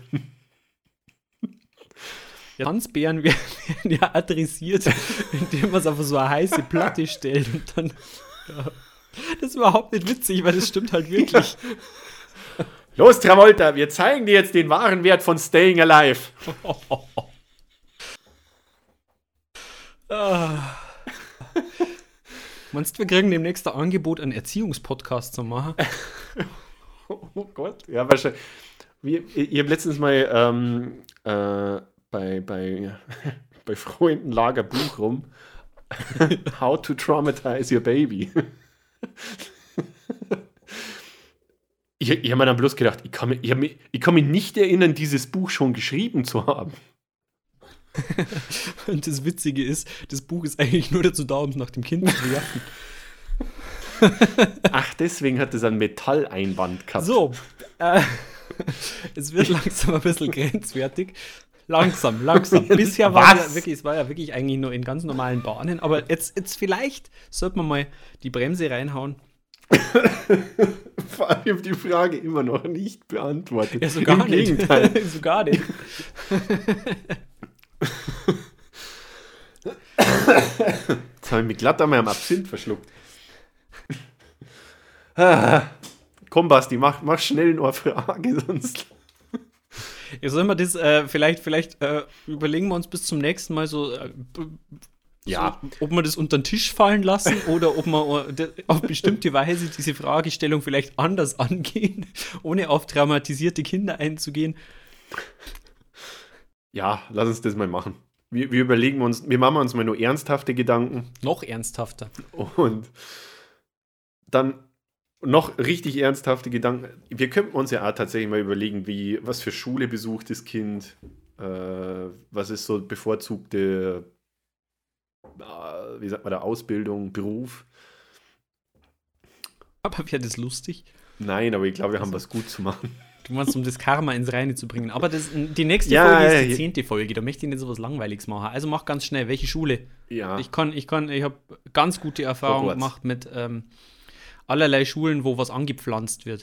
Ja, Tanzbären werden, werden ja adressiert, indem man es auf so eine heiße Platte stellt und dann. Ja. Das ist überhaupt nicht witzig, weil das stimmt halt wirklich. Los, Travolta, wir zeigen dir jetzt den wahren Wert von Staying Alive. Ah. Meinst du, wir kriegen demnächst ein Angebot, einen Erziehungspodcast zu machen? Oh Gott, ja, wahrscheinlich. Wir, ich habe letztens mal ähm, äh, bei, bei, bei Freunden lager Buch rum. How to traumatize your baby. ich ich habe mir dann bloß gedacht, ich kann, mich, ich, mich, ich kann mich nicht erinnern, dieses Buch schon geschrieben zu haben. Und das Witzige ist, das Buch ist eigentlich nur dazu da, um es nach dem Kind zu werfen. Ach, deswegen hat es einen Metalleinband gehabt. So, äh, es wird langsam ein bisschen grenzwertig. Langsam, langsam. Bisher war ja wirklich, es war ja wirklich eigentlich nur in ganz normalen Bahnen, aber jetzt, jetzt vielleicht sollte man mal die Bremse reinhauen. Vor allem die Frage immer noch nicht beantwortet. Ja, so gar Im nicht. Gegenteil. so gar nicht. Jetzt habe ich mich glatt einmal am Absinth verschluckt. Ah, komm, Basti, mach, mach schnell noch eine Frage, sonst. Ja, sollen wir das, äh, vielleicht, vielleicht äh, überlegen wir uns bis zum nächsten Mal so, äh, Ja. so, ob wir das unter den Tisch fallen lassen oder ob wir äh, de- auf bestimmte Weise diese Fragestellung vielleicht anders angehen, ohne auf traumatisierte Kinder einzugehen. Ja, lass uns das mal machen. Wir, wir überlegen uns, wir machen uns mal nur ernsthafte Gedanken Noch ernsthafter. und dann noch richtig ernsthafte Gedanken. Wir könnten uns ja auch tatsächlich mal überlegen, wie, was für Schule besucht das Kind, äh, was ist so bevorzugte, äh, wie sagt man da, Ausbildung, Beruf. Aber wäre das lustig? Nein, aber ich glaube, wir haben Also- was gut zu machen. Du meinst, um das Karma ins Reine zu bringen. Aber das, die nächste Ja, Folge ist ja, die ja. zehnte Folge. Da möchte ich nicht so was Langweiliges machen. Also mach ganz schnell. Welche Schule? Ja, Ich kann, ich kann, ich habe ganz gute Erfahrungen Hogwarts. gemacht mit ähm, allerlei Schulen, wo was angepflanzt wird.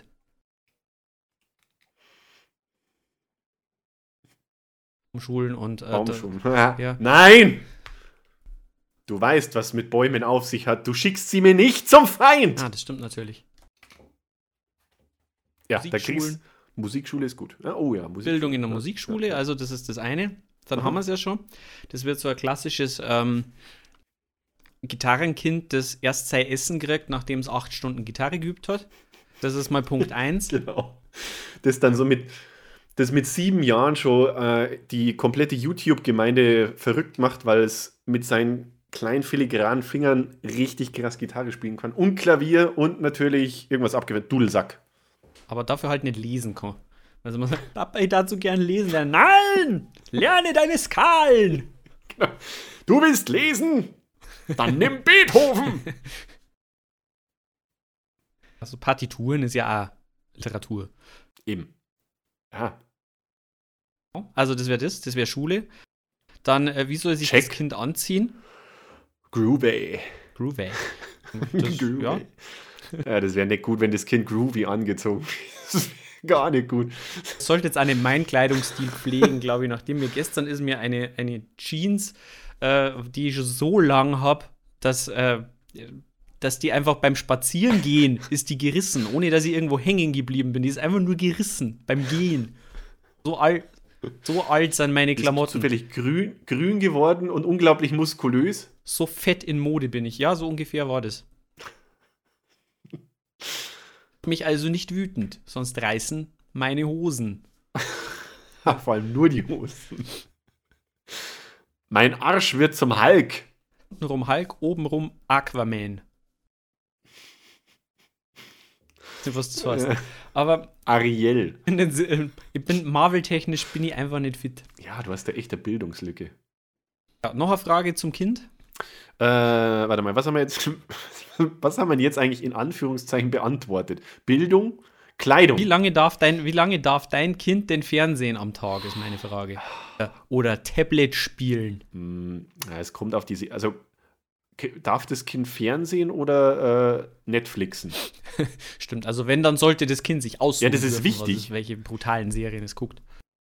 Schulen und äh, da, Baumschulen. ja. Nein! Du weißt, was mit Bäumen auf sich hat. Du schickst sie mir nicht zum Feind! Ah, das stimmt natürlich. ja, da kriegst Musikschulen. Musikschule ist gut. Ja, oh ja, Musikschule. Bildung in der Ja, Musikschule, ja, ja. also das ist das eine. Dann Aha. haben wir es ja schon. Das wird so ein klassisches ähm, Gitarrenkind, das erst sein Essen kriegt, nachdem es acht Stunden Gitarre geübt hat. Das ist mal Punkt eins. Genau. Das dann so mit, das mit sieben Jahren schon äh, die komplette YouTube-Gemeinde verrückt macht, weil es mit seinen kleinen filigranen Fingern richtig krass Gitarre spielen kann. Und Klavier und natürlich irgendwas abgewehrt. Dudelsack. Aber dafür halt nicht lesen kann. Also man sagt, Papa, ich dazu gern lesen lernen. Nein! Lerne deine Skalen! Du willst lesen? Dann nimm Beethoven! Also Partituren ist ja auch Literatur. Eben. Ja. Also das wäre das, das wäre Schule. Dann, äh, wie soll sich Check. das Kind anziehen? Groovy. Groovy. Das, Groovy. ja. Ja, das wäre nicht gut, wenn das Kind groovy angezogen wäre. Das wäre gar nicht gut. Ich sollte jetzt einen meinen Kleidungsstil pflegen, glaube ich, nachdem mir gestern ist mir eine, eine Jeans, äh, die ich schon so lang habe, dass, äh, dass die einfach beim Spazierengehen ist die gerissen, ohne dass ich irgendwo hängen geblieben bin. Die ist einfach nur gerissen beim Gehen. So alt, so alt sind meine Bist du Klamotten. zufällig grün, grün geworden und unglaublich muskulös? So fett in Mode bin ich. Ja, so ungefähr war das. Mich also nicht wütend, sonst reißen meine Hosen. Vor allem nur die Hosen. Mein Arsch wird zum Hulk. Untenrum Hulk, obenrum Aquaman. Ich weiß nicht, was das heißt. Äh, Aber Ariel. in den, Si- ich bin Marvel-technisch bin ich einfach nicht fit. Ja, du hast da echt eine Bildungslücke. Ja, noch eine Frage zum Kind. Äh, warte mal, was haben wir jetzt, was haben wir jetzt eigentlich in Anführungszeichen beantwortet? Bildung, Kleidung. Wie lange darf dein, wie lange darf dein Kind denn Fernsehen am Tag, ist meine Frage. Oder Tablet spielen. Hm, ja, es kommt auf diese, also darf das Kind Fernsehen oder äh, Netflixen? Stimmt, also wenn, dann sollte das Kind sich aussuchen, Ja, das ist dürfen, wichtig. was es, welche brutalen Serien es guckt.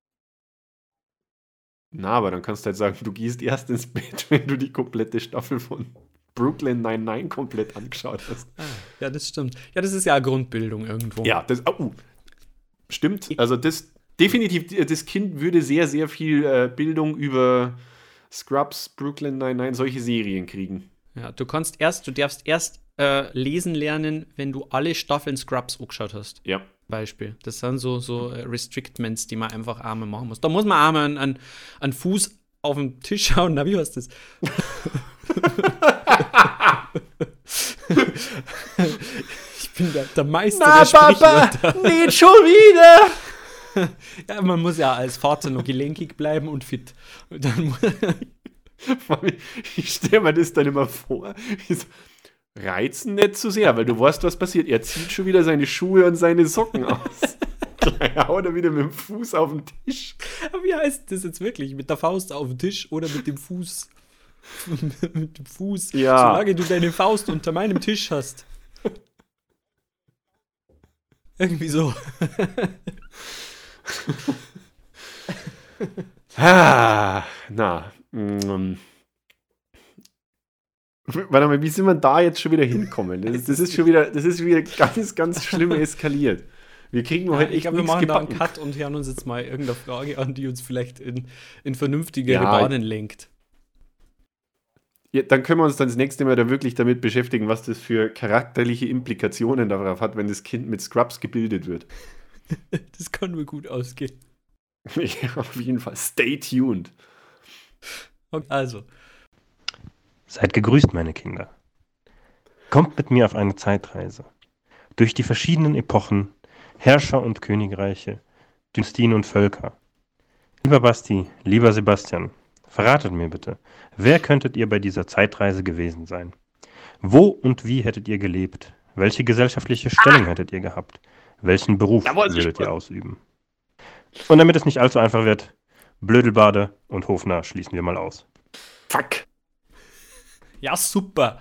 Na, aber dann kannst du halt sagen, du gehst erst ins Bett, wenn du die komplette Staffel von Brooklyn Nine-Nine komplett angeschaut hast. Ah, ja, das stimmt. Ja, das ist ja Grundbildung irgendwo. Ja, das oh, stimmt. Also das definitiv, das Kind würde sehr, sehr viel äh, Bildung über Scrubs, Brooklyn Nine-Nine, solche Serien kriegen. Ja, du kannst erst, du darfst erst äh, lesen lernen, wenn du alle Staffeln Scrubs angeschaut hast. Ja. Beispiel. Das sind so, so äh, Restrictments, die man einfach einmal machen muss. Da muss man einmal einen, einen, einen Fuß auf den Tisch schauen. Na, wie heißt das? Ich bin der, der Meister Na, der Sprichwörter. Papa, nicht schon wieder! Ja, man muss ja als Vater noch gelenkig bleiben und fit. Und dann mu- Ich stelle mir das dann immer vor. wie so, Reizen nicht zu sehr, weil du weißt, was passiert. Er zieht schon wieder seine Schuhe und seine Socken aus. Gleich haut er wieder mit dem Fuß auf den Tisch. Aber wie heißt das jetzt wirklich? Mit der Faust auf den Tisch oder mit dem Fuß? Mit dem Fuß. Ja. Solange du deine Faust unter meinem Tisch hast. Irgendwie so. Ah, na. Mm. Warte mal, wie sind wir da jetzt schon wieder hinkommen? Das, das ist schon wieder, das ist schon wieder ganz, ganz schlimm eskaliert. Wir kriegen Ja, heute ich echt glaube, wir nichts machen da einen gebacken. Cut und hören uns jetzt mal irgendeine Frage an, die uns vielleicht in, in vernünftigere Ja. Bahnen lenkt. Ja, dann können wir uns dann das nächste Mal da wirklich damit beschäftigen, was das für charakterliche Implikationen darauf hat, wenn das Kind mit Scrubs gebildet wird. Das kann nur gut ausgehen. Ja, auf jeden Fall. Stay tuned. Okay, also, Seid gegrüßt, meine Kinder. Kommt mit mir auf eine Zeitreise. Durch die verschiedenen Epochen, Herrscher und Königreiche, Dynastien und Völker. Lieber Basti, lieber Sebastian, verratet mir bitte, wer könntet ihr bei dieser Zeitreise gewesen sein? Wo und wie hättet ihr gelebt? Welche gesellschaftliche Stellung hättet ihr gehabt? Welchen Beruf Jawohl, ich- würdet ihr ausüben? Und damit es nicht allzu einfach wird, Blödelbade und Hofner schließen wir mal aus. Fuck. ja, super.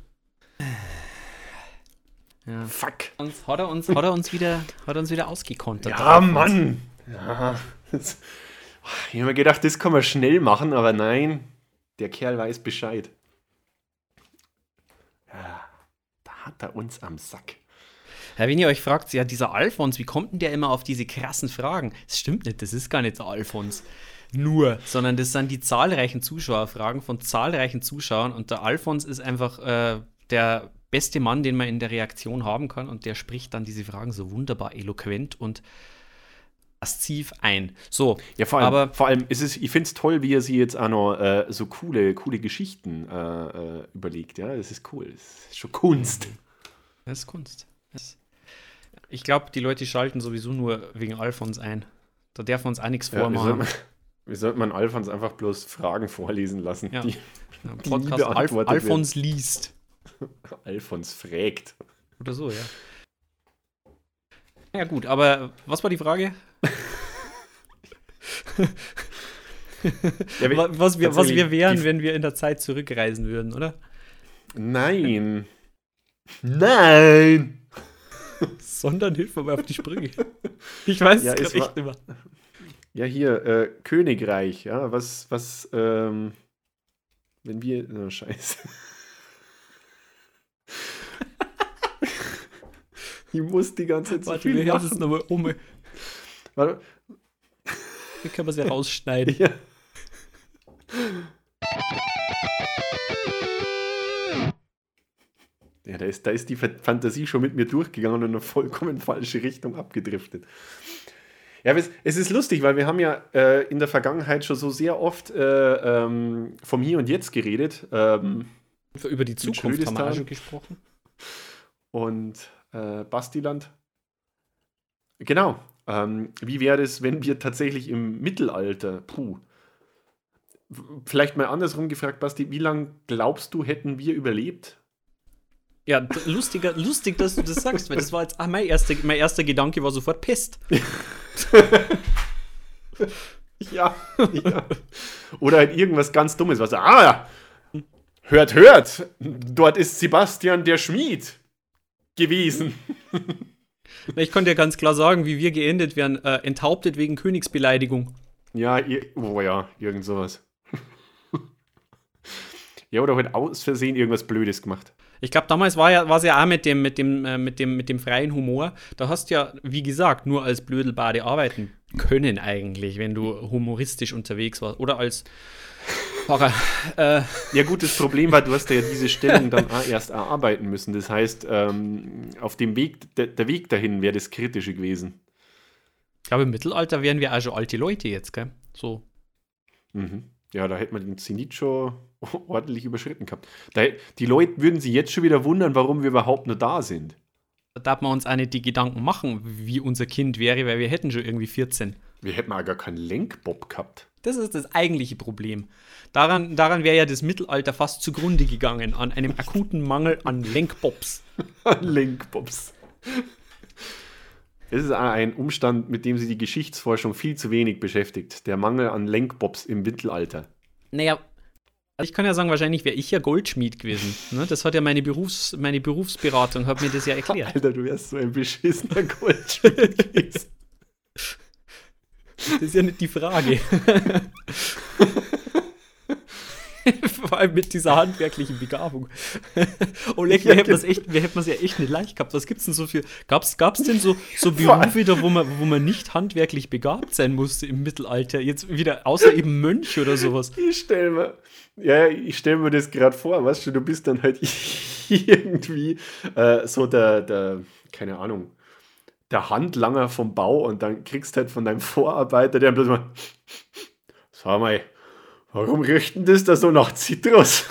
Ja. Fuck. Uns, hat, er uns, hat, er uns wieder, hat er uns wieder ausgekontert. Ja, Mann. Ja. Das, ich habe mir gedacht, das kann man schnell machen, aber nein, der Kerl weiß Bescheid. Ja, da hat er uns am Sack. Ja, wenn ihr euch fragt, ja, dieser Alfons, wie kommt denn der immer auf diese krassen Fragen? Das stimmt nicht, das ist gar nicht der Alfons. Nur, sondern das sind die zahlreichen Zuschauerfragen von zahlreichen Zuschauern und der Alfons ist einfach äh, der beste Mann, den man in der Reaktion haben kann und der spricht dann diese Fragen so wunderbar eloquent und lasziv ein. So, Ja, vor allem, aber vor allem ist es, ich finde es toll, wie er sich jetzt auch noch äh, so coole, coole Geschichten äh, äh, überlegt. Ja, das ist cool. Das ist schon Kunst. das ist Kunst. Das ich glaube, die Leute schalten sowieso nur wegen Alfons ein. Da darf man uns auch nichts Ja, wir, vormachen. sollten, wir sollten man Alfons einfach bloß Fragen vorlesen lassen. Ja. Die Ja, die Podcast nie Alf beantwortet Alfons liest. Alfons fragt. Oder so, ja. Ja, gut, aber was war die Frage? Ja, Wa- was, wir, was tatsächlich, wir wären, die- wenn wir in der Zeit zurückreisen würden, oder? Nein. Nein. Sondern hilf mir mal auf die Sprünge. Ich weiß Ja, es es gerade war- echt immer. Ja, hier, äh, Königreich, ja, was, was, ähm, wenn wir, oh, scheiße. Ich muss die ganze Zeit so Warte, viel wir hören es lachen. nochmal um. Wie Warte. kann man es ja rausschneiden? Ja. Ja, da ist, da ist die Fa- Fantasie schon mit mir durchgegangen und in eine vollkommen falsche Richtung abgedriftet. Ja, aber es, es ist lustig, weil wir haben ja äh, in der Vergangenheit schon so sehr oft äh, ähm, vom Hier und Jetzt geredet. Ähm, Über die Zukunft haben wir auch Schlödistan. schon gesprochen. und äh, Bastiland. Genau. Ähm, wie wäre es, wenn wir tatsächlich im Mittelalter, puh, w- vielleicht mal andersrum gefragt, Basti, wie lange glaubst du, hätten wir überlebt? Ja, d- lustiger, lustig, dass du das sagst, weil das war jetzt, ah, mein erster, mein erster Gedanke war sofort Pest. Ja, ja. Oder halt irgendwas ganz Dummes, was, ah, Hört, hört! Dort ist Sebastian der Schmied gewesen. Ich konnte ja ganz klar sagen, wie wir geendet werden. Äh, enthauptet wegen Königsbeleidigung. Ja, ir- oh ja, irgend sowas. Ja, oder halt aus Versehen irgendwas Blödes gemacht. Ich glaube, damals war ja, war es ja auch mit dem, mit, dem, äh, mit, dem, mit dem freien Humor. Da hast du ja, wie gesagt, nur als Blödelbade arbeiten können eigentlich, wenn du humoristisch unterwegs warst. Oder als Pfarrer. Äh, Ja gut, das Problem war, du hast ja diese Stellung dann auch erst erarbeiten müssen. Das heißt, ähm, auf dem Weg, der, der Weg dahin wäre das Kritische gewesen. ich glaube, im Mittelalter wären wir auch schon alte Leute jetzt, gell? So. Mhm. Ja, da hätte man den Zenit schon ordentlich überschritten gehabt. Da, die Leute würden sich jetzt schon wieder wundern, warum wir überhaupt nur da sind. Da darf man uns auch nicht die Gedanken machen, wie unser Kind wäre, weil wir hätten schon irgendwie vierzehn. Wir hätten auch gar keinen Lenkbob gehabt. Das ist das eigentliche Problem. Daran, daran wäre ja das Mittelalter fast zugrunde gegangen, an einem akuten Mangel an Lenkbobs. Lenkbobs. Das ist auch ein Umstand, mit dem sich die Geschichtsforschung viel zu wenig beschäftigt. Der Mangel an Lenkbobs im Mittelalter. Naja, also ich kann ja sagen, wahrscheinlich wäre ich ja Goldschmied gewesen. Ne? Das hat ja meine, Berufs-, meine Berufsberatung, hat mir das ja erklärt. Alter, du wärst so ein beschissener Goldschmied gewesen. Das ist ja nicht die Frage. Vor allem mit dieser handwerklichen Begabung. Oh, leck, wir hätten das echt, wir hätten es ja echt nicht leicht gehabt. Was gibt's denn so für. Gab's, gab's denn so, so Berufe, da, wo man, wo man nicht handwerklich begabt sein musste im Mittelalter? Jetzt wieder, außer eben Mönch oder sowas. Ich stell mir, ja, ich stell mir das gerade vor, weißt du, du bist dann halt irgendwie äh, so der, der, keine Ahnung, der Handlanger vom Bau und dann kriegst halt von deinem Vorarbeiter, der bloß mal, sag mal, warum riecht denn das da so nach Zitrus?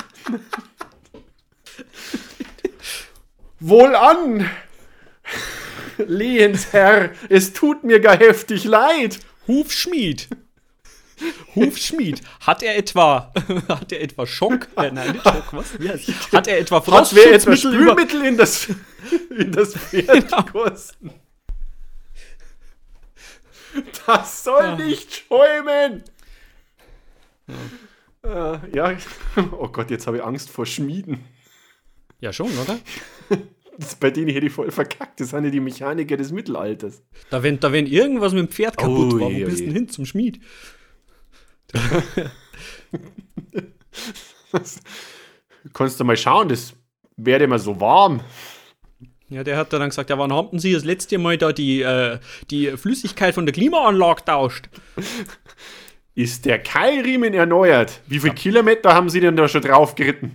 Wohlan, Lehensherr, es tut mir gar heftig leid. Hufschmied. Hufschmied. Hat er etwa, hat er etwa Schock? Äh, nein, nicht Schock, was? Wie heißt? Hat er etwa Hat wer etwa Frostschutzmittel über- Spülmittel in das, in das Pferd gegossen? Das soll Ja. nicht schäumen. Ja. Äh, ja, oh Gott, jetzt habe ich Angst vor Schmieden. Ja, schon, oder? Das, bei denen hätte ich voll verkackt. Das sind ja die Mechaniker des Mittelalters. Da wenn, da wenn irgendwas mit dem Pferd kaputt Oh, war, wo je, bist du je. denn hin zum Schmied? Das, kannst du mal schauen, das wäre immer so warm. Ja, der hat dann gesagt, ja, wann haben Sie das letzte Mal da die, äh, die Flüssigkeit von der Klimaanlage tauscht? Ist der Keilriemen erneuert? Wie viele Kilometer haben Sie denn da schon drauf geritten?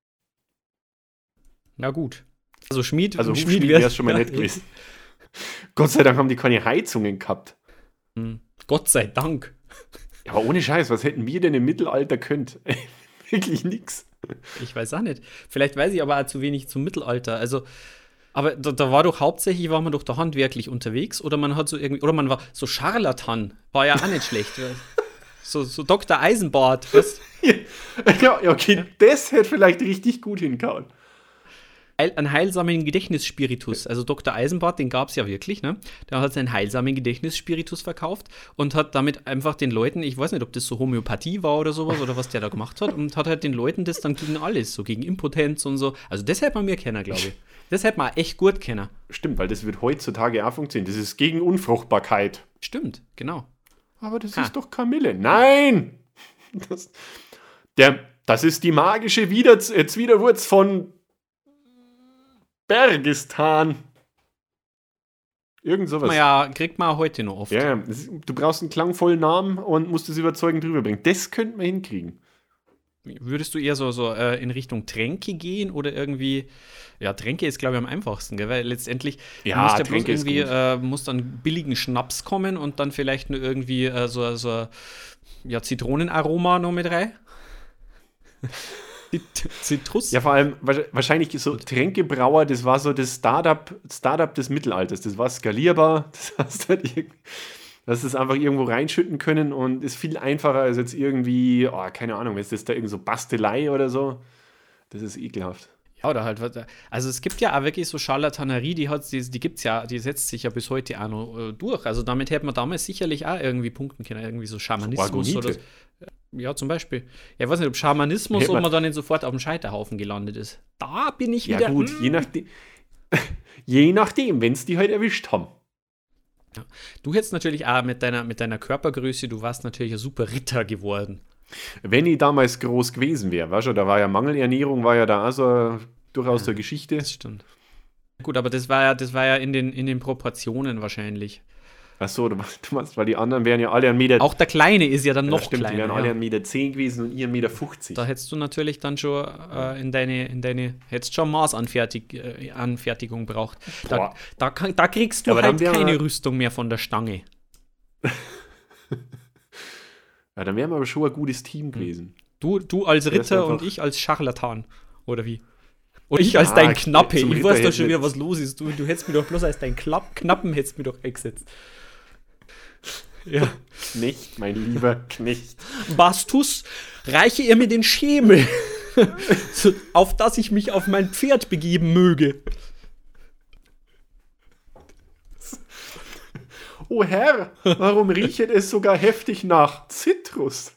Na gut. Also Schmied, Also Schmied Hufschmied wär- wäre es schon mal ja, nett gewesen. Gott sei Dank haben die keine Heizungen gehabt. Hm. Gott sei Dank. Ja, aber ohne Scheiß, was hätten wir denn im Mittelalter könnt? Wirklich nix. Ich weiß auch nicht. Vielleicht weiß ich aber auch zu wenig zum Mittelalter. Also, aber da, da war doch hauptsächlich, war man doch da handwerklich unterwegs oder man hat so irgendwie, oder man war so Scharlatan, war ja auch nicht schlecht. So, so Doktor Eisenbart, was? Ja, ja, okay, das hätte vielleicht richtig gut hingehauen. Heil, einen heilsamen Gedächtnisspiritus. Also Doktor Eisenbart, den gab es ja wirklich, ne? Der hat einen heilsamen Gedächtnisspiritus verkauft und hat damit einfach den Leuten, ich weiß nicht, ob das so Homöopathie war oder sowas oder was der da gemacht hat, und hat halt den Leuten das dann gegen alles, so gegen Impotenz und so. Also das hätte man mir kennen, glaube ich. Das hätte man echt gut kennen. Stimmt, weil das wird heutzutage auch funktionieren. Das ist gegen Unfruchtbarkeit. Stimmt, genau. Aber das Ha. ist doch Kamille. Nein! Das, der, das ist die magische Wider, äh, Zwiderwurz von Bergistan. Irgend sowas. Man ja, kriegt man heute noch oft. Ja, ja, das ist, du brauchst einen klangvollen Namen und musst es überzeugend drüber bringen. Das könnte man hinkriegen. Würdest du eher so, so äh, in Richtung Tränke gehen oder irgendwie, ja, Tränke ist, glaube ich, am einfachsten, gell? Weil letztendlich Ja, du musst ja bloß Tränke ist irgendwie, gut. äh, muss dann billigen Schnaps kommen und dann vielleicht nur irgendwie äh, so, so ja, Zitronenaroma noch mit rein. Zit- Zitrus? Ja, vor allem wa- wahrscheinlich so Tränkebrauer, das war so das Startup, Startup des Mittelalters. Das war skalierbar. Das hast halt irgendwie, dass es einfach irgendwo reinschütten können und ist viel einfacher als jetzt irgendwie, oh, keine Ahnung, ist das da irgend so Bastelei oder so? Das ist ekelhaft. Ja, oder halt, was- also es gibt ja auch wirklich so Charlatanerie, die, hat, die, die gibt's ja, die setzt sich ja bis heute auch noch äh, durch. Also damit hätte man damals sicherlich auch irgendwie punkten können, irgendwie so Schamanismus Orgonite. oder so. Ja, zum Beispiel. Ja, ich weiß nicht, ob Schamanismus, Hätte ob man- man dann nicht sofort auf dem Scheiterhaufen gelandet ist. Da bin ich Ja wieder. gut, hm. je nachdem, je nachdem, wenn es die halt erwischt haben. Du hättest natürlich auch mit deiner, mit deiner Körpergröße, du warst natürlich ein super Ritter geworden. Wenn ich damals groß gewesen wäre, weißt du, da war ja Mangelernährung, war ja da auch so durchaus der Geschichte. Das stimmt. Gut, aber das war ja, das war ja in den, in den Proportionen wahrscheinlich. Achso, du meinst, du meinst, weil die anderen wären ja alle einen Meter. Auch der Kleine ist ja dann ja, noch stimmt, die kleiner. wären alle Ja. einen Meter zehn gewesen und ihr einen Meter fünfzig. Da hättest du natürlich dann schon äh, in deine, in deine, hättest schon Maßanfertig, äh, Anfertigung braucht. Da, Boah. da, kann, da kriegst du Aber dann halt wär keine man- Rüstung mehr von der Stange. Ja, dann wären wir aber schon ein gutes Team gewesen. Du, du als ist Ritter und einfach- ich als Scharlatan. Oder wie? Und ich als Ja, dein ich- Knappe. zum Ich Ritter weiß doch hätte schon wieder, nicht- was los ist. Du, du hättest mir doch bloß als dein Klapp, Knappen hättest mir doch eingesetzt. Ja. Knecht, mein lieber Knecht. Bastus, reiche ihr mir den Schemel, so, auf dass ich mich auf mein Pferd begeben möge. Oh Herr, warum riecht es sogar heftig nach Zitrus?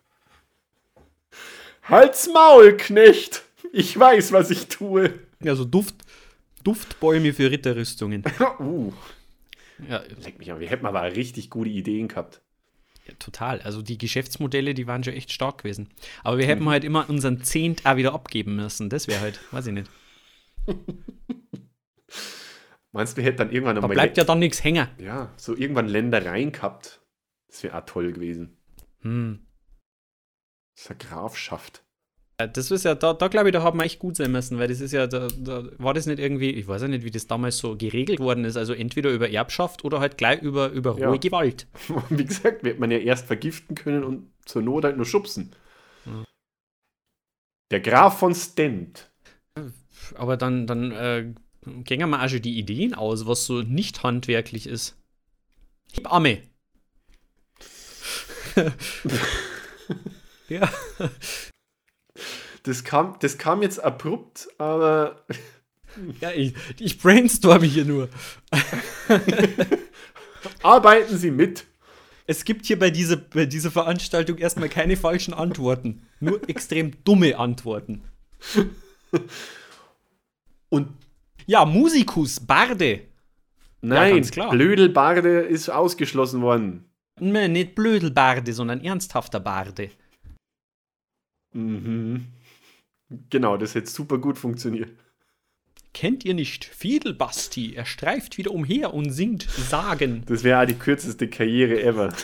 Halt's Maul, Knecht! Ich weiß, was ich tue. Also Duft, Duftbäume für Ritterrüstungen. uh, Ja, leck mich an, wir hätten aber richtig gute Ideen gehabt. ja, total. Also die Geschäftsmodelle, die waren schon echt stark gewesen. Aber wir hätten halt immer unseren Zehnt auch wieder abgeben müssen. Das wäre halt, weiß ich nicht. Meinst du, wir hätten dann irgendwann Da nochmal bleibt ja dann nichts hängen. ja, so irgendwann Ländereien gehabt? Das wäre auch toll gewesen. Hm. Das ist eine Grafschaft. Ja, das ist ja, da, da glaube ich, da haben wir echt gut sein müssen, weil das ist ja, da, da war das nicht irgendwie, ich weiß ja nicht, wie das damals so geregelt worden ist, also entweder über Erbschaft oder halt gleich über, über Ja. rohe Gewalt. Wie gesagt, wird man ja erst vergiften können und zur Not halt nur schubsen. Ja. Der Graf von Stent. Aber dann, dann äh, gängen wir auch schon die Ideen aus, was so nicht handwerklich ist. Hebamme. Ja. Das kam, das kam jetzt abrupt, aber Ja, ich, ich brainstorme hier nur. arbeiten Sie mit. Es gibt hier bei dieser, bei dieser Veranstaltung erstmal keine falschen Antworten. Nur extrem dumme Antworten. Und Ja, Musikus, Barde. nein, ganz klar. Blödelbarde ist ausgeschlossen worden. Nee, nicht Blödelbarde, sondern ernsthafter Barde. Mhm. Genau, das hätte super gut funktioniert. Kennt ihr nicht Fiedelbasti? Er streift wieder umher und singt Sagen. Das wäre auch die kürzeste Karriere ever.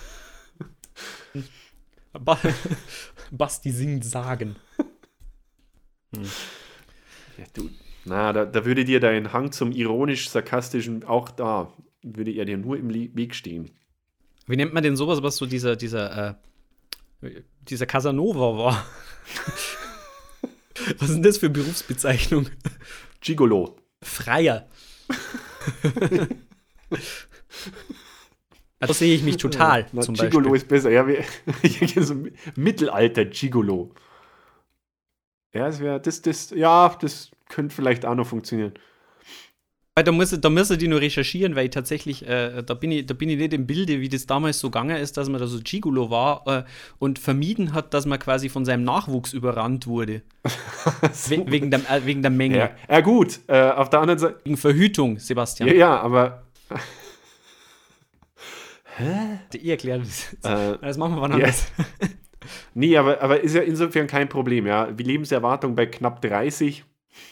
Ba Basti singt Sagen. Ja, du, na, da, da würde dir dein Hang zum ironisch-sarkastischen, auch da, würde er dir nur im Le- Weg stehen. Wie nennt man denn sowas, was so dieser, dieser, äh, dieser Casanova war? Was ist denn das für Berufsbezeichnung? Gigolo. Freier. Da sehe ich mich total, Na, zum Gigolo Beispiel. ist besser. Ja, wir, so Mittelalter Gigolo. Ja, das wäre, das, das, ja, das könnte vielleicht auch noch funktionieren. Weil Da muss, da müsst ihr die nur recherchieren, weil ich tatsächlich, äh, da, bin ich, da bin ich nicht im Bilde, wie das damals so gegangen ist, dass man da so Gigolo war äh, und vermieden hat, dass man quasi von seinem Nachwuchs überrannt wurde. We wegen, der, äh, wegen der Menge. Ja, ja gut, äh, auf der anderen Seite, Wegen Verhütung, Sebastian. ja, ja, aber Ich erkläre das jetzt. äh, Das machen wir wann ja. anders. nee, aber, aber ist ja insofern kein Problem, ja. Die Lebenserwartung bei knapp dreißig.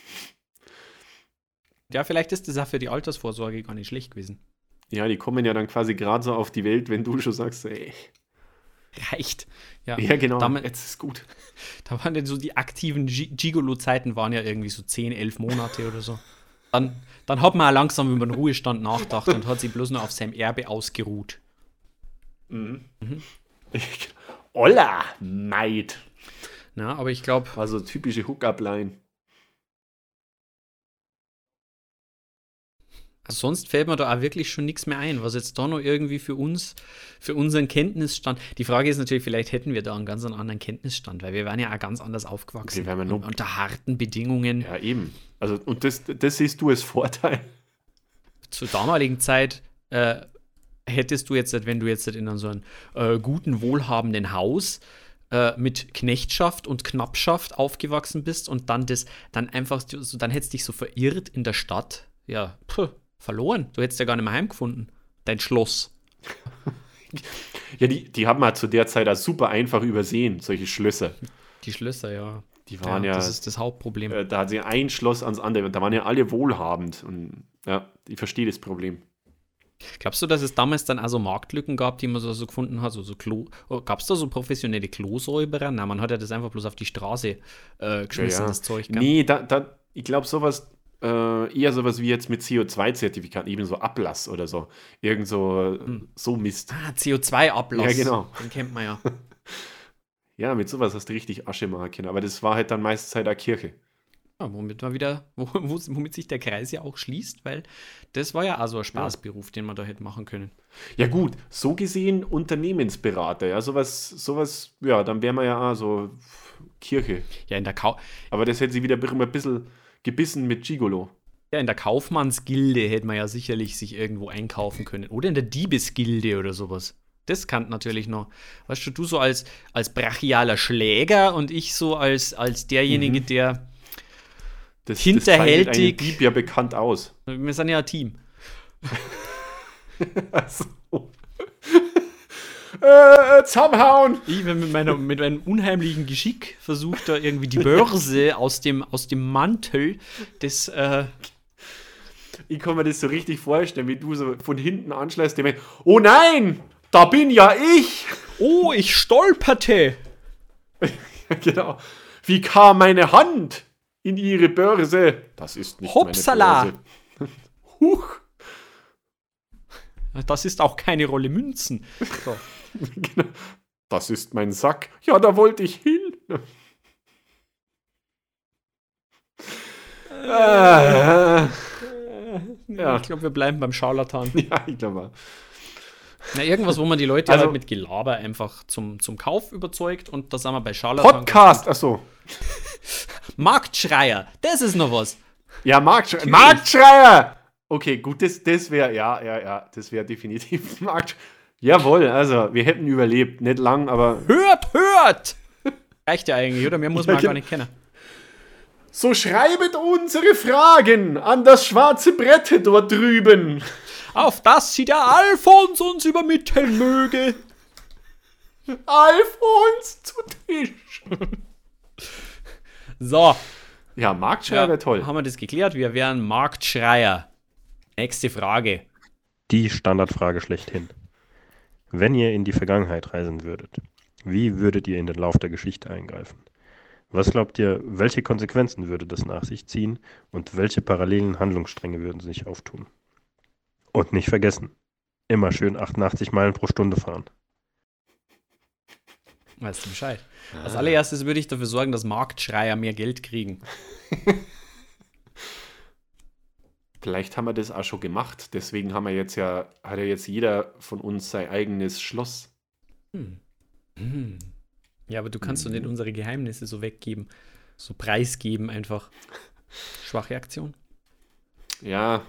Ja, vielleicht ist das auch für die Altersvorsorge gar nicht schlecht gewesen. Ja, die kommen ja dann quasi gerade so auf die Welt, wenn du schon sagst, ey, Reicht. Ja, ja genau, Damit, jetzt ist gut. da waren denn so die aktiven Gi- Gigolo-Zeiten waren ja irgendwie so zehn, elf Monate oder so. Dann, dann hat man auch langsam über den Ruhestand nachgedacht und hat sich bloß noch auf seinem Erbe ausgeruht. Mhm. Olla, Maid. Ja, aber ich glaube, Also typische Hook-Up-Line. also sonst fällt mir da auch wirklich schon nichts mehr ein, was jetzt da noch irgendwie für uns, für unseren Kenntnisstand. Die Frage ist natürlich, vielleicht hätten wir da einen ganz anderen Kenntnisstand, weil wir waren ja auch ganz anders aufgewachsen. Wir wären ja noch- unter harten Bedingungen. Ja, eben. Also, und das, das siehst du als Vorteil. Zur damaligen Zeit äh, hättest du jetzt, wenn du jetzt in so einem äh, guten, wohlhabenden Haus äh, mit Knechtschaft und Knappschaft aufgewachsen bist und dann das, dann einfach, so, dann hättest du dich so verirrt in der Stadt. Ja, puh, verloren. Du hättest ja gar nicht mehr heimgefunden. Dein Schloss. Ja, die, die haben halt zu der Zeit auch super einfach übersehen, solche Schlösser. Die Schlösser, ja. Die waren ja, ja das ist das Hauptproblem. Äh, da hat sie ein Schloss ans andere und da waren ja alle wohlhabend. Und ja, ich verstehe das Problem. Glaubst du, dass es damals dann also Marktlücken gab, die man so, so gefunden hat? So, so Klo, gab es da so professionelle Klosäuberer? Nein, man hat ja das einfach bloß auf die Straße äh, geschmissen, ja, ja. das Zeug. Gell? Nee, da, da, ich glaube sowas, äh, eher sowas wie jetzt mit C O zwei Zertifikaten, eben so Ablass oder so. Irgend so, hm. so Mist. Ah, C O zwei Ablass. Ja, genau. Den kennt man ja. Ja, mit sowas hast du richtig Asche machen können. Aber das war halt dann meistens halt eine Kirche. Ja, womit man wieder, womit sich der Kreis ja auch schließt, weil das war ja auch so ein Spaßberuf, ja. den man da hätte machen können. Ja gut, so gesehen Unternehmensberater, ja, sowas, sowas, ja, dann wären wir ja auch so Kirche. Ja, in der Kau Aber das hätte sie wieder ein bisschen gebissen mit Gigolo. Ja, in der Kaufmannsgilde hätte man ja sicherlich sich irgendwo einkaufen können. Oder in der Diebesgilde oder sowas. Das kann natürlich noch. Weißt du, du so als, als brachialer Schläger und ich so als, als derjenige, mhm. der das, hinterhältig. Das zeichnet einen Dieb ja bekannt aus. Wir sind ja ein Team. Also. äh, zusammenhauen! Ich bin mit, meiner, mit meinem unheimlichen Geschick versucht, da irgendwie die Börse aus dem, aus dem Mantel des. Äh ich kann mir das so richtig vorstellen, wie du so von hinten anschleißt, der oh nein! Da bin ja ich! Oh, ich stolperte! Genau. Wie kam meine Hand in ihre Börse? Das ist nicht Hopsala. meine Börse. Huch! Das ist auch keine Rolle Münzen. So. Genau. Das ist mein Sack. Ja, da wollte ich hin. Äh, äh, ja. Ich glaube, wir bleiben beim Scharlatan. Ja, ich glaube auch. Na, irgendwas, wo man die Leute also, halt mit Gelaber einfach zum, zum Kauf überzeugt und da sind wir bei Scharlatan. Podcast, achso. Marktschreier, das ist noch was. Ja, Marktschreier. Marktschreier! Okay, gut, das, das wäre, ja, ja, ja, das wäre definitiv Markt. Jawohl, also, wir hätten überlebt. Nicht lang, aber. Hört, hört! Reicht ja eigentlich, oder? Mehr muss man ja, gar nicht kennen. So schreibet unsere Fragen an das schwarze Brett dort drüben. Auf das sie der Alfons uns übermitteln möge. Alfons zu Tisch. So. Ja, Marktschreier ja, wäre toll. Haben wir das geklärt? Wir wären Marktschreier. Nächste Frage. Die Standardfrage schlechthin. Wenn ihr in die Vergangenheit reisen würdet, wie würdet ihr in den Lauf der Geschichte eingreifen? Was glaubt ihr, welche Konsequenzen würde das nach sich ziehen und welche parallelen Handlungsstränge würden sich auftun? Und nicht vergessen, immer schön achtundachtzig Meilen pro Stunde fahren. Weißt du Bescheid. Als allererstes würde ich dafür sorgen, dass Marktschreier mehr Geld kriegen. Vielleicht haben wir das auch schon gemacht. Deswegen haben wir jetzt ja, hat ja jetzt jeder von uns sein eigenes Schloss. Hm. Hm. Ja, aber du kannst doch nicht unsere Geheimnisse so weggeben. So preisgeben einfach. Schwache Aktion. Ja.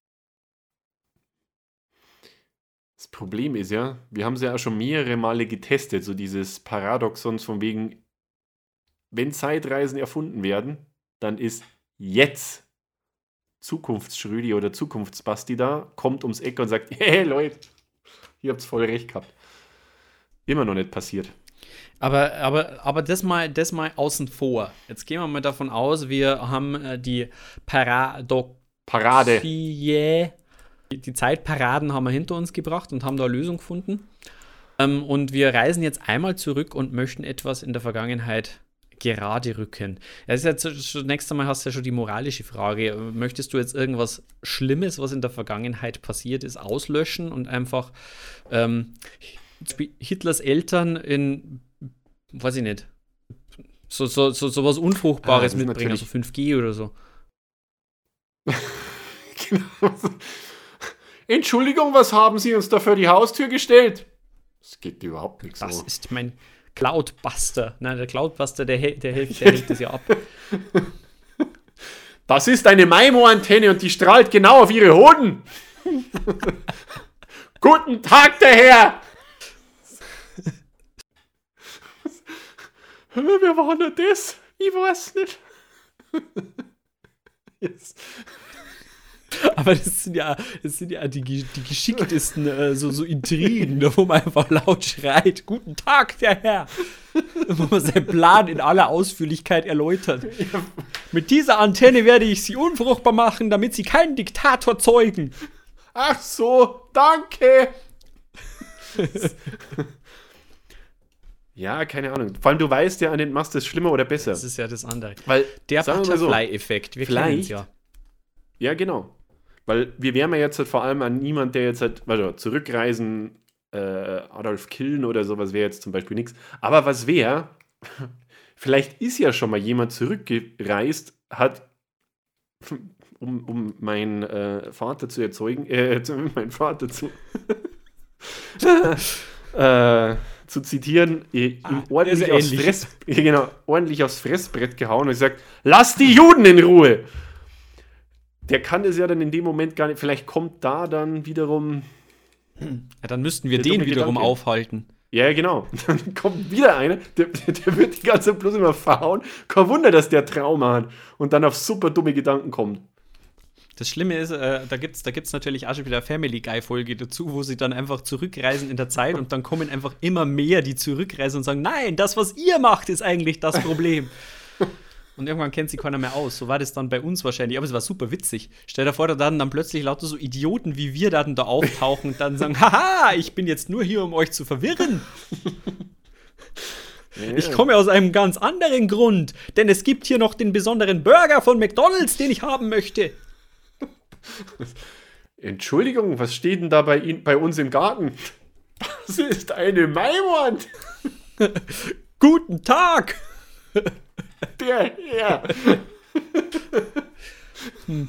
Das Problem ist ja, wir haben es ja auch schon mehrere Male getestet, so dieses Paradoxon von wegen, wenn Zeitreisen erfunden werden, dann ist jetzt Zukunftsschrödi oder Zukunftsbasti da, kommt ums Eck und sagt, hey Leute, ihr habt's voll recht gehabt. Immer noch nicht passiert. Aber, aber, aber das, mal, das mal außen vor. Jetzt gehen wir mal davon aus, wir haben äh, die Paradoxie. Parade. Die Zeitparaden haben wir hinter uns gebracht und haben da eine Lösung gefunden. Ähm, und wir reisen jetzt einmal zurück und möchten etwas in der Vergangenheit gerade rücken. Das ist jetzt schon, nächstes Mal hast du ja schon die moralische Frage. Möchtest du jetzt irgendwas Schlimmes, was in der Vergangenheit passiert ist, auslöschen und einfach ähm, Hitlers Eltern in, weiß ich nicht, so, so, so, so was Unfruchtbares ah, mitbringen, also fünf G oder so. Genau. Entschuldigung, was haben Sie uns da für die Haustür gestellt? Das geht überhaupt nichts. Das so. ist mein Cloudbuster. Nein, der Cloudbuster, der, der, hält, der hält das ja ab. Das ist eine Maimo-Antenne und die strahlt genau auf Ihre Hoden. Guten Tag, der Herr. Wer war denn das? Ich weiß nicht. Yes. Aber das sind ja, das sind ja die, die geschicktesten äh, so, so Intrigen, da wo man einfach laut schreit, guten Tag, der Herr. Wo man seinen Plan in aller Ausführlichkeit erläutert. Ja. Mit dieser Antenne werde ich sie unfruchtbar machen, damit sie keinen Diktator zeugen. Ach so, danke. Ja, keine Ahnung. Vor allem, du weißt ja, an den machst du es schlimmer oder besser. Das ist ja das andere. Weil, der Butterfly-Effekt, wir kennen es ja. Ja, genau. Weil wir wären ja jetzt halt vor allem an niemand, der jetzt halt, also zurückreisen, äh, Adolf killen oder sowas wäre jetzt zum Beispiel nichts. Aber was wäre, vielleicht ist ja schon mal jemand zurückgereist, hat, um, um meinen äh, Vater zu erzeugen, äh, meinen Vater zu, äh, zu zitieren, ihm ah, ordentlich, aufs Fress, genau, ordentlich aufs Fressbrett gehauen und gesagt, lass die Juden in Ruhe! Der kann das ja dann in dem Moment gar nicht. Vielleicht kommt da dann wiederum. Ja, dann müssten wir den wiederum Gedanke. aufhalten. Ja, genau. Dann kommt wieder einer, der, der wird die ganze Zeit bloß immer verhauen. Kein Wunder, dass der Trauma hat und dann auf super dumme Gedanken kommt. Das Schlimme ist, äh, da gibt es da gibt's natürlich auch schon wieder Family Guy-Folge dazu, wo sie dann einfach zurückreisen in der Zeit und dann kommen einfach immer mehr, die zurückreisen und sagen: Nein, das, was ihr macht, ist eigentlich das Problem. Und irgendwann kennt sie keiner mehr aus. So war das dann bei uns wahrscheinlich. Aber es war super witzig. Stell dir vor, da dann, dann plötzlich lauter so Idioten wie wir dann da auftauchen und dann sagen: Haha, ich bin jetzt nur hier, um euch zu verwirren. Yeah. Ich komme aus einem ganz anderen Grund. Denn es gibt hier noch den besonderen Burger von McDonald's, den ich haben möchte. Entschuldigung, was steht denn da bei, Ihnen, bei uns im Garten? Das ist eine Maiwand. Guten Tag. Der Herr. hm.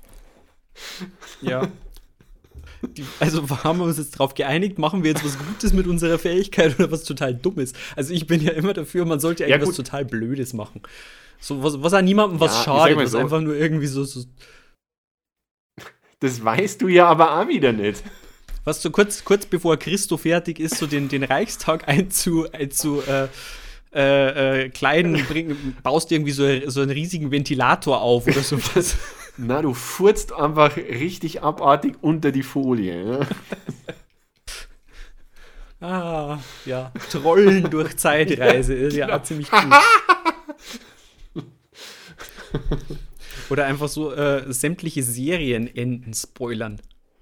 Ja. Die, also haben wir uns jetzt darauf geeinigt, machen wir jetzt was Gutes mit unserer Fähigkeit oder was total Dummes? Also ich bin ja immer dafür, man sollte eigentlich ja, was total Blödes machen. So, was, was an niemandem was ja, schadet, was so. einfach nur irgendwie so, so. Das weißt du ja aber auch wieder nicht. Was so kurz, kurz bevor Christo fertig ist, so den, den Reichstag einzu, einzu äh, Äh, äh, kleiden, bring, baust dir irgendwie so, so einen riesigen Ventilator auf oder sowas. Na, du furzt einfach richtig abartig unter die Folie. Ja? Ah, ja. Trollen durch Zeitreise ist ja, ja auch ziemlich gut. Oder einfach so äh, sämtliche Serienenden spoilern.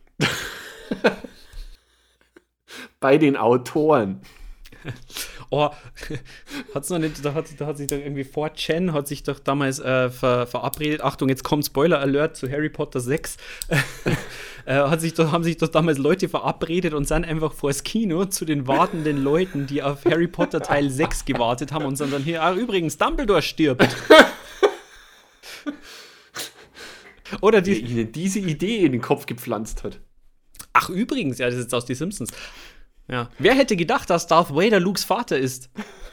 Bei den Autoren. Oh, hat's noch nicht, da hat, da hat sich doch irgendwie vier chan hat sich doch damals äh, ver, verabredet. Achtung, jetzt kommt Spoiler-Alert zu Harry Potter sechs. äh, hat sich doch, haben sich doch damals Leute verabredet und sind einfach vors Kino zu den wartenden Leuten, die auf Harry Potter Teil sechs gewartet haben und sind dann hier, ah, übrigens, Dumbledore stirbt. Oder die, die Ihnen diese Idee in den Kopf gepflanzt hat. Ach, übrigens, ja, das ist jetzt aus die Simpsons. Ja. Wer hätte gedacht, dass Darth Vader Lukes Vater ist?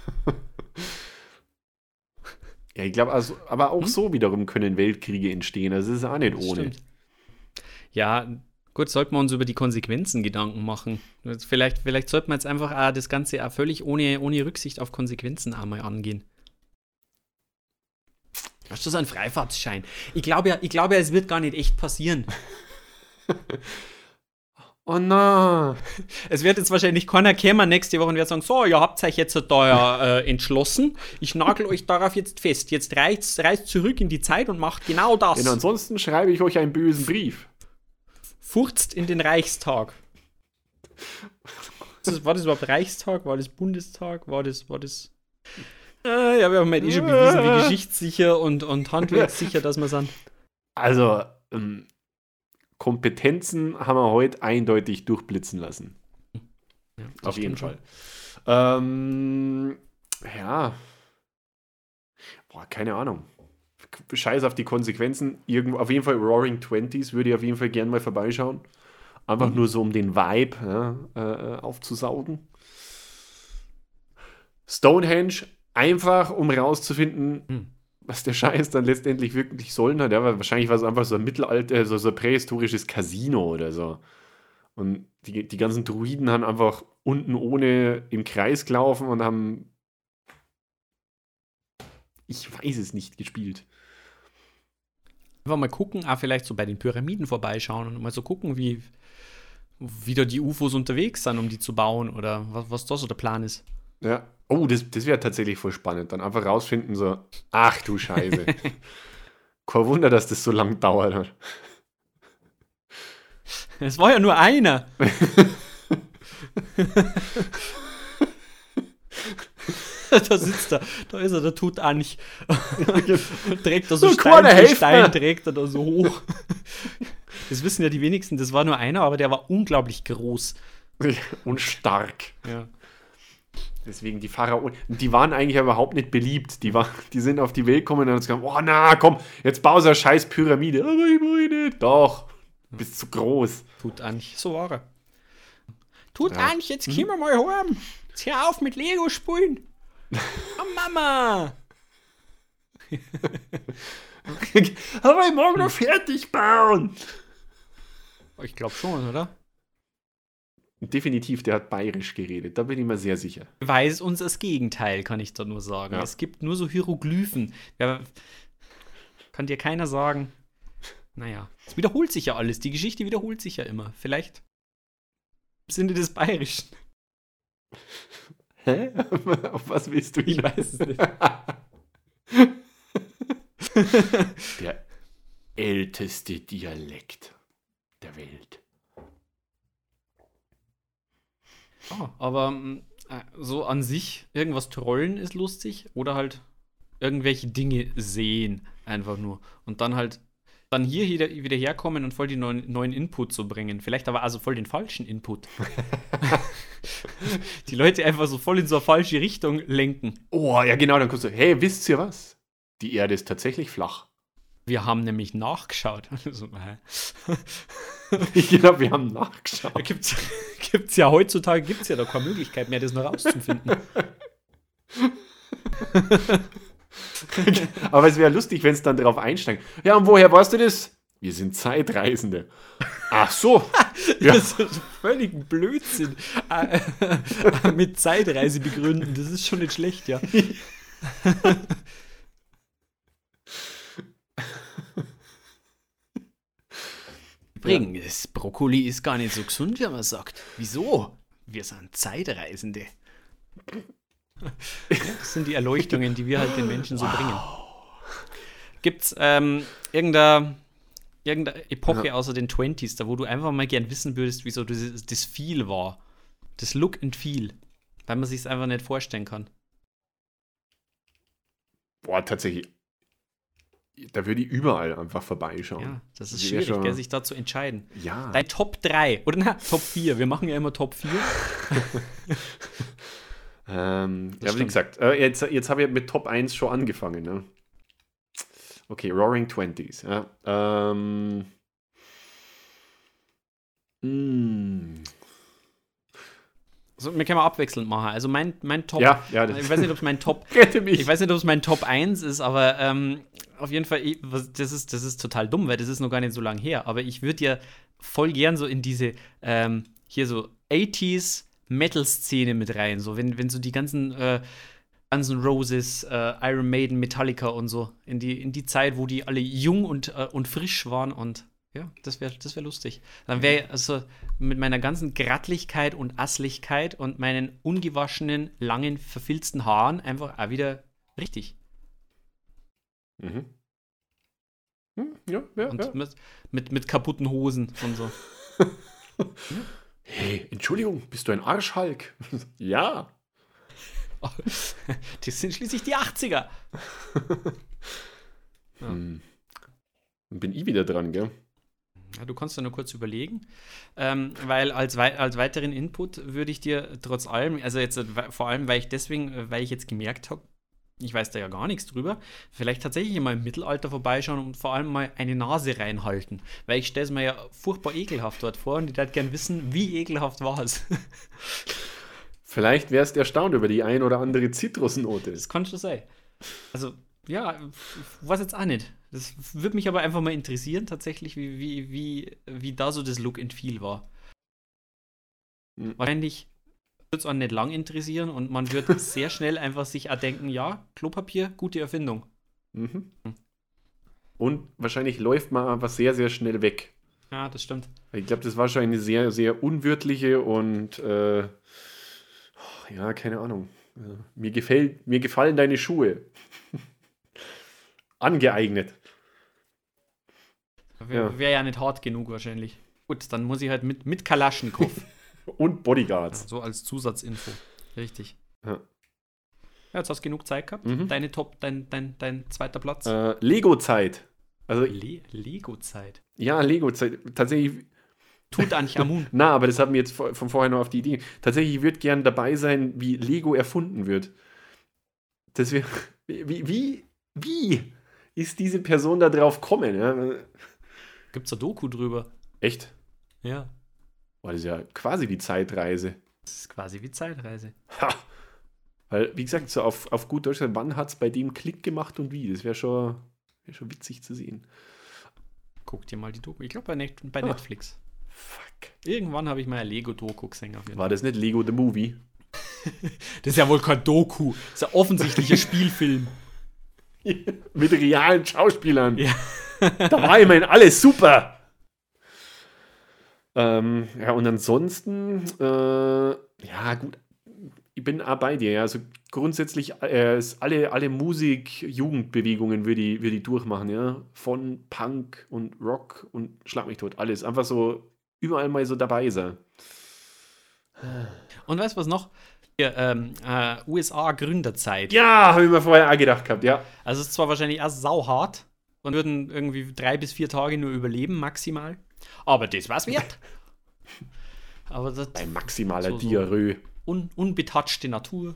Ja, ich glaube, also, aber auch hm? so wiederum können Weltkriege entstehen. Das ist auch nicht ohne. Stimmt. Ja, gut, sollten wir uns über die Konsequenzen Gedanken machen. Vielleicht, vielleicht sollten wir jetzt einfach auch das Ganze auch völlig ohne, ohne Rücksicht auf Konsequenzen einmal angehen. Hast du so einen Freifahrtsschein? Ich glaube ja, ich glaube ja, es wird gar nicht echt passieren. Oh nein. Es wird jetzt wahrscheinlich keiner kommen nächste Woche und wird sagen, so, ihr habt euch jetzt da äh, entschlossen, ich nagel euch darauf jetzt fest. Jetzt reist, reist zurück in die Zeit und macht genau das. Denn ansonsten schreibe ich euch einen bösen Brief. Furzt in den Reichstag. Das, war das überhaupt Reichstag? War das Bundestag? War das, war das... Äh, ja, wir haben halt eh schon bewiesen, wie geschichtssicher und, und handwerkssicher, dass wir sind. Also, ähm, Kompetenzen haben wir heute eindeutig durchblitzen lassen. Ja, auf jeden Fall. Ähm, ja. Boah, keine Ahnung. Scheiß auf die Konsequenzen. Irgendwo, auf jeden Fall Roaring Twenties würde ich auf jeden Fall gerne mal vorbeischauen. Einfach mhm. nur so, um den Vibe ja, äh, aufzusaugen. Stonehenge, einfach um rauszufinden, mhm. was der Scheiß dann letztendlich wirklich sollen hat. Ja, weil wahrscheinlich war es einfach so ein Mittelalter, so, so ein prähistorisches Casino oder so. Und die, die ganzen Druiden haben einfach unten ohne im Kreis gelaufen und haben Ich weiß es nicht gespielt. Einfach mal gucken, ah, vielleicht so bei den Pyramiden vorbeischauen und mal so gucken, wie, wie da die U F Os unterwegs sind, um die zu bauen oder was, was da so der Plan ist. Ja. Oh, das, das wäre tatsächlich voll spannend. Dann einfach rausfinden, so, ach du Scheiße. Kein Wunder, dass das so lang dauert hat. Es war ja nur einer. Da sitzt er, da ist er, der tut auch nicht. Und trägt er so So, Stein keiner für helft Stein, mir. trägt er da so hoch. Das wissen ja die wenigsten, das war nur einer, aber der war unglaublich groß. Und stark. Ja. Deswegen die Pharaonen, die waren eigentlich überhaupt nicht beliebt. Die, war, die sind auf die Welt gekommen und haben gesagt, oh na, komm, jetzt bau so eine scheiß Pyramide. Aber ich will nicht. Doch, bist zu groß. Tut eigentlich, so war er. Tut Ja. eigentlich, jetzt gehen wir mal heim. Jetzt hör auf mit Lego spielen. Oh Mama. Aber ich mag noch fertig bauen. Ich glaube schon, oder? Definitiv, der hat bayerisch geredet. Da bin ich mir sehr sicher. Weiß uns das Gegenteil, kann ich da nur sagen. Ja. Es gibt nur so Hieroglyphen. Ja, kann dir keiner sagen. Naja, es wiederholt sich ja alles. Die Geschichte wiederholt sich ja immer. Vielleicht im Sinne des Bayerischen. Hä? Auf was willst du Ich hinaus? weiß es nicht. Der älteste Dialekt der Welt. Oh, aber mm, äh, so an sich, irgendwas trollen ist lustig oder halt irgendwelche Dinge sehen, einfach nur. Und dann halt dann hier wieder, wieder herkommen und voll die neuen, neuen Input zu bringen. Vielleicht aber also voll den falschen Input. Die Leute einfach so voll in so eine falsche Richtung lenken. Oh, ja genau, dann kommst du, hey, wisst ihr was? Die Erde ist tatsächlich flach. Wir haben nämlich nachgeschaut. So, hä? Genau, wir haben nachgeschaut. Da gibt's, gibt's ja heutzutage gibt's ja da keine Möglichkeit mehr, das noch rauszufinden. Aber es wäre lustig, wenn es dann darauf einsteigt. Ja, und woher weißt du das? Wir sind Zeitreisende. Ach so. Ja. Das ist völlig Blödsinn. Äh, äh, mit Zeitreise begründen, das ist schon nicht schlecht, ja. Übrigens, Brokkoli ist gar nicht so gesund, wie man sagt. Wieso? Wir sind Zeitreisende. Das sind die Erleuchtungen, die wir halt den Menschen so bringen. Gibt's ähm, irgendeine, irgendeine Epoche Ja. außer den Twenties, da wo du einfach mal gern wissen würdest, wieso das, das Feel war? Das Look and Feel. Weil man sich es einfach nicht vorstellen kann. Boah, tatsächlich. Da würde ich überall einfach vorbeischauen. Ja, das ist Die wär schwierig, schon- gell, sich da zu entscheiden. Ja. Dein Top drei oder na, Top vier. Wir machen ja immer Top vier. Ähm, Das ja, wie stimmt. gesagt, äh, jetzt, jetzt habe ich mit Top eins schon angefangen. Ne? Okay, Roaring Twenties. Ja. Ähm, mm, So, wir können mal abwechselnd machen. Also mein, mein Top. ja, ja, das Ich weiß nicht, ob es mein Top. rette mich. Ich weiß nicht, ob es mein Top eins ist, aber ähm, auf jeden Fall, ich, was, das, ist, das ist total dumm, weil das ist noch gar nicht so lange her. Aber ich würde ja voll gern so in diese, ähm, hier so achtziger Metal-Szene mit rein. So, wenn, wenn so die ganzen äh, Guns N' Roses, äh, Iron Maiden, Metallica und so, in die, in die Zeit, wo die alle jung und, äh, und frisch waren und ja, das wäre das wär lustig. Dann wäre also mit meiner ganzen Grattlichkeit und Asslichkeit und meinen ungewaschenen, langen, verfilzten Haaren einfach auch wieder richtig. Mhm. Hm, ja, ja, Und ja. mit, mit, mit kaputten Hosen und so. Hey, Entschuldigung, bist du ein Arschhalk? Ja. Das sind schließlich die achtziger. Ja. Hm. Dann bin ich wieder dran, gell? Ja, du kannst ja nur kurz überlegen, ähm, weil als, wei als weiteren Input würde ich dir trotz allem, also jetzt äh, vor allem, weil ich deswegen, äh, weil ich jetzt gemerkt habe, ich weiß da ja gar nichts drüber, vielleicht tatsächlich mal im Mittelalter vorbeischauen und vor allem mal eine Nase reinhalten, weil ich stelle es mir ja furchtbar ekelhaft dort vor und ich würde gerne wissen, wie ekelhaft war es. Vielleicht wärst du erstaunt über die ein oder andere Zitrusnote. Das kann schon sein. Also, ja, ich weiß jetzt auch nicht. Das würde mich aber einfach mal interessieren, tatsächlich, wie, wie, wie, wie da so das Look and Feel war. Mhm. Wahrscheinlich Würde es auch nicht lang interessieren und man wird sehr schnell einfach sich auch denken, ja, Klopapier, gute Erfindung. Mhm. Und wahrscheinlich läuft man einfach sehr, sehr schnell weg. Ja, das stimmt. Ich glaube, das war schon eine sehr, sehr unwirtliche und äh, ja, keine Ahnung. Ja, mir gefällt, mir gefallen deine Schuhe. Angeeignet. Wäre Ja. wär ja nicht hart genug wahrscheinlich. Gut, dann muss ich halt mit, mit Kalaschnikow. Und Bodyguards. So als Zusatzinfo. Richtig. Ja. Ja, jetzt hast du genug Zeit gehabt. Mhm. Deine Top, dein, dein, dein zweiter Platz. Äh, Lego-Zeit. Also, Le Lego-Zeit. ja, Lego-Zeit. Tatsächlich. Tutanchamun. Na, aber das hat mir jetzt von vorher noch auf die Idee. Tatsächlich, ich würde gern dabei sein, wie Lego erfunden wird. Das wäre. Wie, wie, wie ist diese Person da drauf gekommen? Ja? Gibt's da Doku drüber? Echt? Ja. Boah, das ist ja quasi die Zeitreise. Das ist quasi wie Zeitreise. Ha! Weil, wie gesagt, so auf, auf gut Deutsch, wann hat es bei dem Klick gemacht und wie? Das wäre schon, wär schon witzig zu sehen. Guck dir mal die Doku. Ich glaube bei, Net bei Ah. Netflix. Fuck. Irgendwann habe ich mal eine Lego-Doku gesehen. Auf jeden War Fall. das nicht Lego the Movie? Das ist ja wohl kein Doku. Das ist ja offensichtlicher Spielfilm. Mit realen Schauspielern. Ja. Da war immerhin alles super. Ähm, ja, und ansonsten, äh, ja, gut, ich bin auch bei dir. Ja. Also grundsätzlich äh, ist alle, alle Musik-Jugendbewegungen würde ich, würd ich durchmachen, ja. Von Punk und Rock und Schlag mich tot, alles. Einfach so überall mal so dabei sein. Und weißt du was noch? Hier, ähm, äh, U S A-Gründerzeit. Ja, habe ich mir vorher auch gedacht gehabt, ja. Also es ist zwar wahrscheinlich erst sauhart und würden irgendwie drei bis vier Tage nur überleben, maximal. Aber das war's wert. Aber das Bei maximaler So, so. Diarrhoe. un unbetatschte Natur.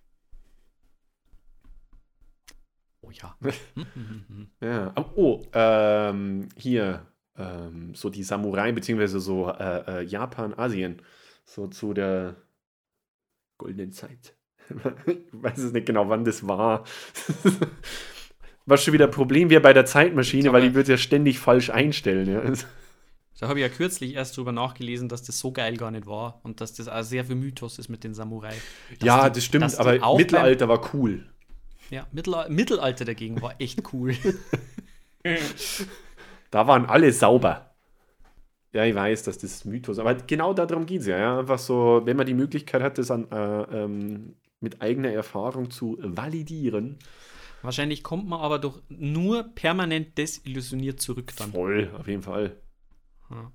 Oh ja. Hm, hm, hm. Ja. Oh, ähm, hier, ähm, so die Samurai, beziehungsweise so äh, äh, Japan, Asien, so zu der goldenen Zeit. Ich weiß es nicht genau, wann das war. Was schon wieder ein Problem wäre bei der Zeitmaschine, Sag weil mal. die wird ja ständig falsch einstellen. Ja. Da habe ich ja kürzlich erst drüber nachgelesen, dass das so geil gar nicht war und dass das auch sehr viel Mythos ist mit den Samurai. Dass Ja, die- das stimmt, dass die aber auch Mittelalter war cool. Beim, ja, Mittel Mittelalter dagegen war echt cool. Da waren alle sauber. Ja, ich weiß, dass das Mythos, aber genau darum geht es ja, ja. Einfach so, wenn man die Möglichkeit hat, das an, äh, ähm, mit eigener Erfahrung zu validieren. Wahrscheinlich kommt man aber doch nur permanent desillusioniert zurück dann. Voll, auf jeden Fall. Ja.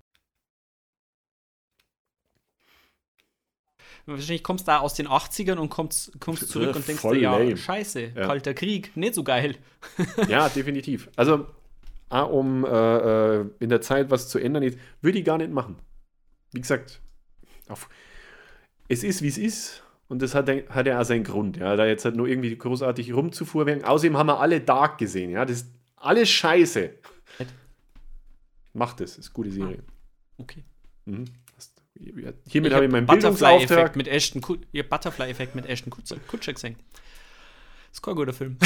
Wahrscheinlich kommst du da aus den achtzigern und kommst, kommst zurück Äh, und denkst voll dir, ja, lame. scheiße, Ja. kalter Krieg, nicht so geil. Ja, definitiv. Also, auch um äh, äh, in der Zeit was zu ändern, ist, würde ich gar nicht machen. Wie gesagt, auf, es ist, wie es ist. Und das hat, hat ja auch seinen Grund. Ja, da jetzt halt nur irgendwie großartig rumzufuhrwerken. Außerdem haben wir alle Dark gesehen. Ja, das ist alles scheiße. Nett. Macht es, ist eine gute Serie. Okay. Mhm. Hast- ja, Hiermit Ich habe hab ich meinen Butterfly-Effekt Bildungsauftrag. mit Ashton Kutcher, ja, Butterfly-Effekt mit Ashton Kutcher, Kutscher gesehen. Ist kein guter Film.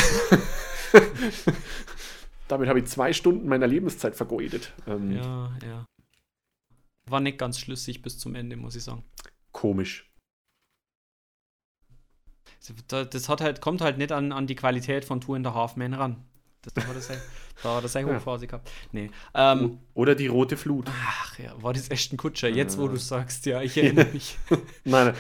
Damit habe ich zwei Stunden meiner Lebenszeit vergeudet. Ähm, Ja, ja. War nicht ganz schlüssig bis zum Ende, muss ich sagen. Komisch. Das hat halt, kommt halt nicht an, an die Qualität von Two and a Half Men ran. Das, da hat er sein, da hat er seine Ja. Hochphase gehabt. Nee. Ähm, Oder die rote Flut. ach ja, war das Ashton Kutscher? Jetzt, wo Ah. du sagst, ja, ich erinnere mich. Nein.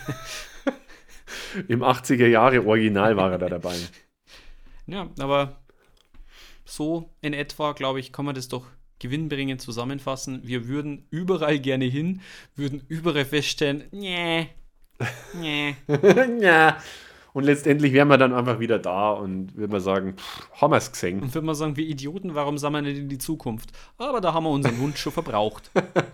Im achtziger Jahre Original war er da dabei. Ja, aber so in etwa, glaube ich, kann man das doch gewinnbringend zusammenfassen. Wir würden überall gerne hin, würden überall feststellen, nee, nee. Ja. Und letztendlich wären wir dann einfach wieder da und würden wir sagen, pff, haben wir es gesehen. Und würde man sagen, wir Idioten, warum sind wir nicht in die Zukunft? Aber da haben wir unseren Wunsch schon verbraucht.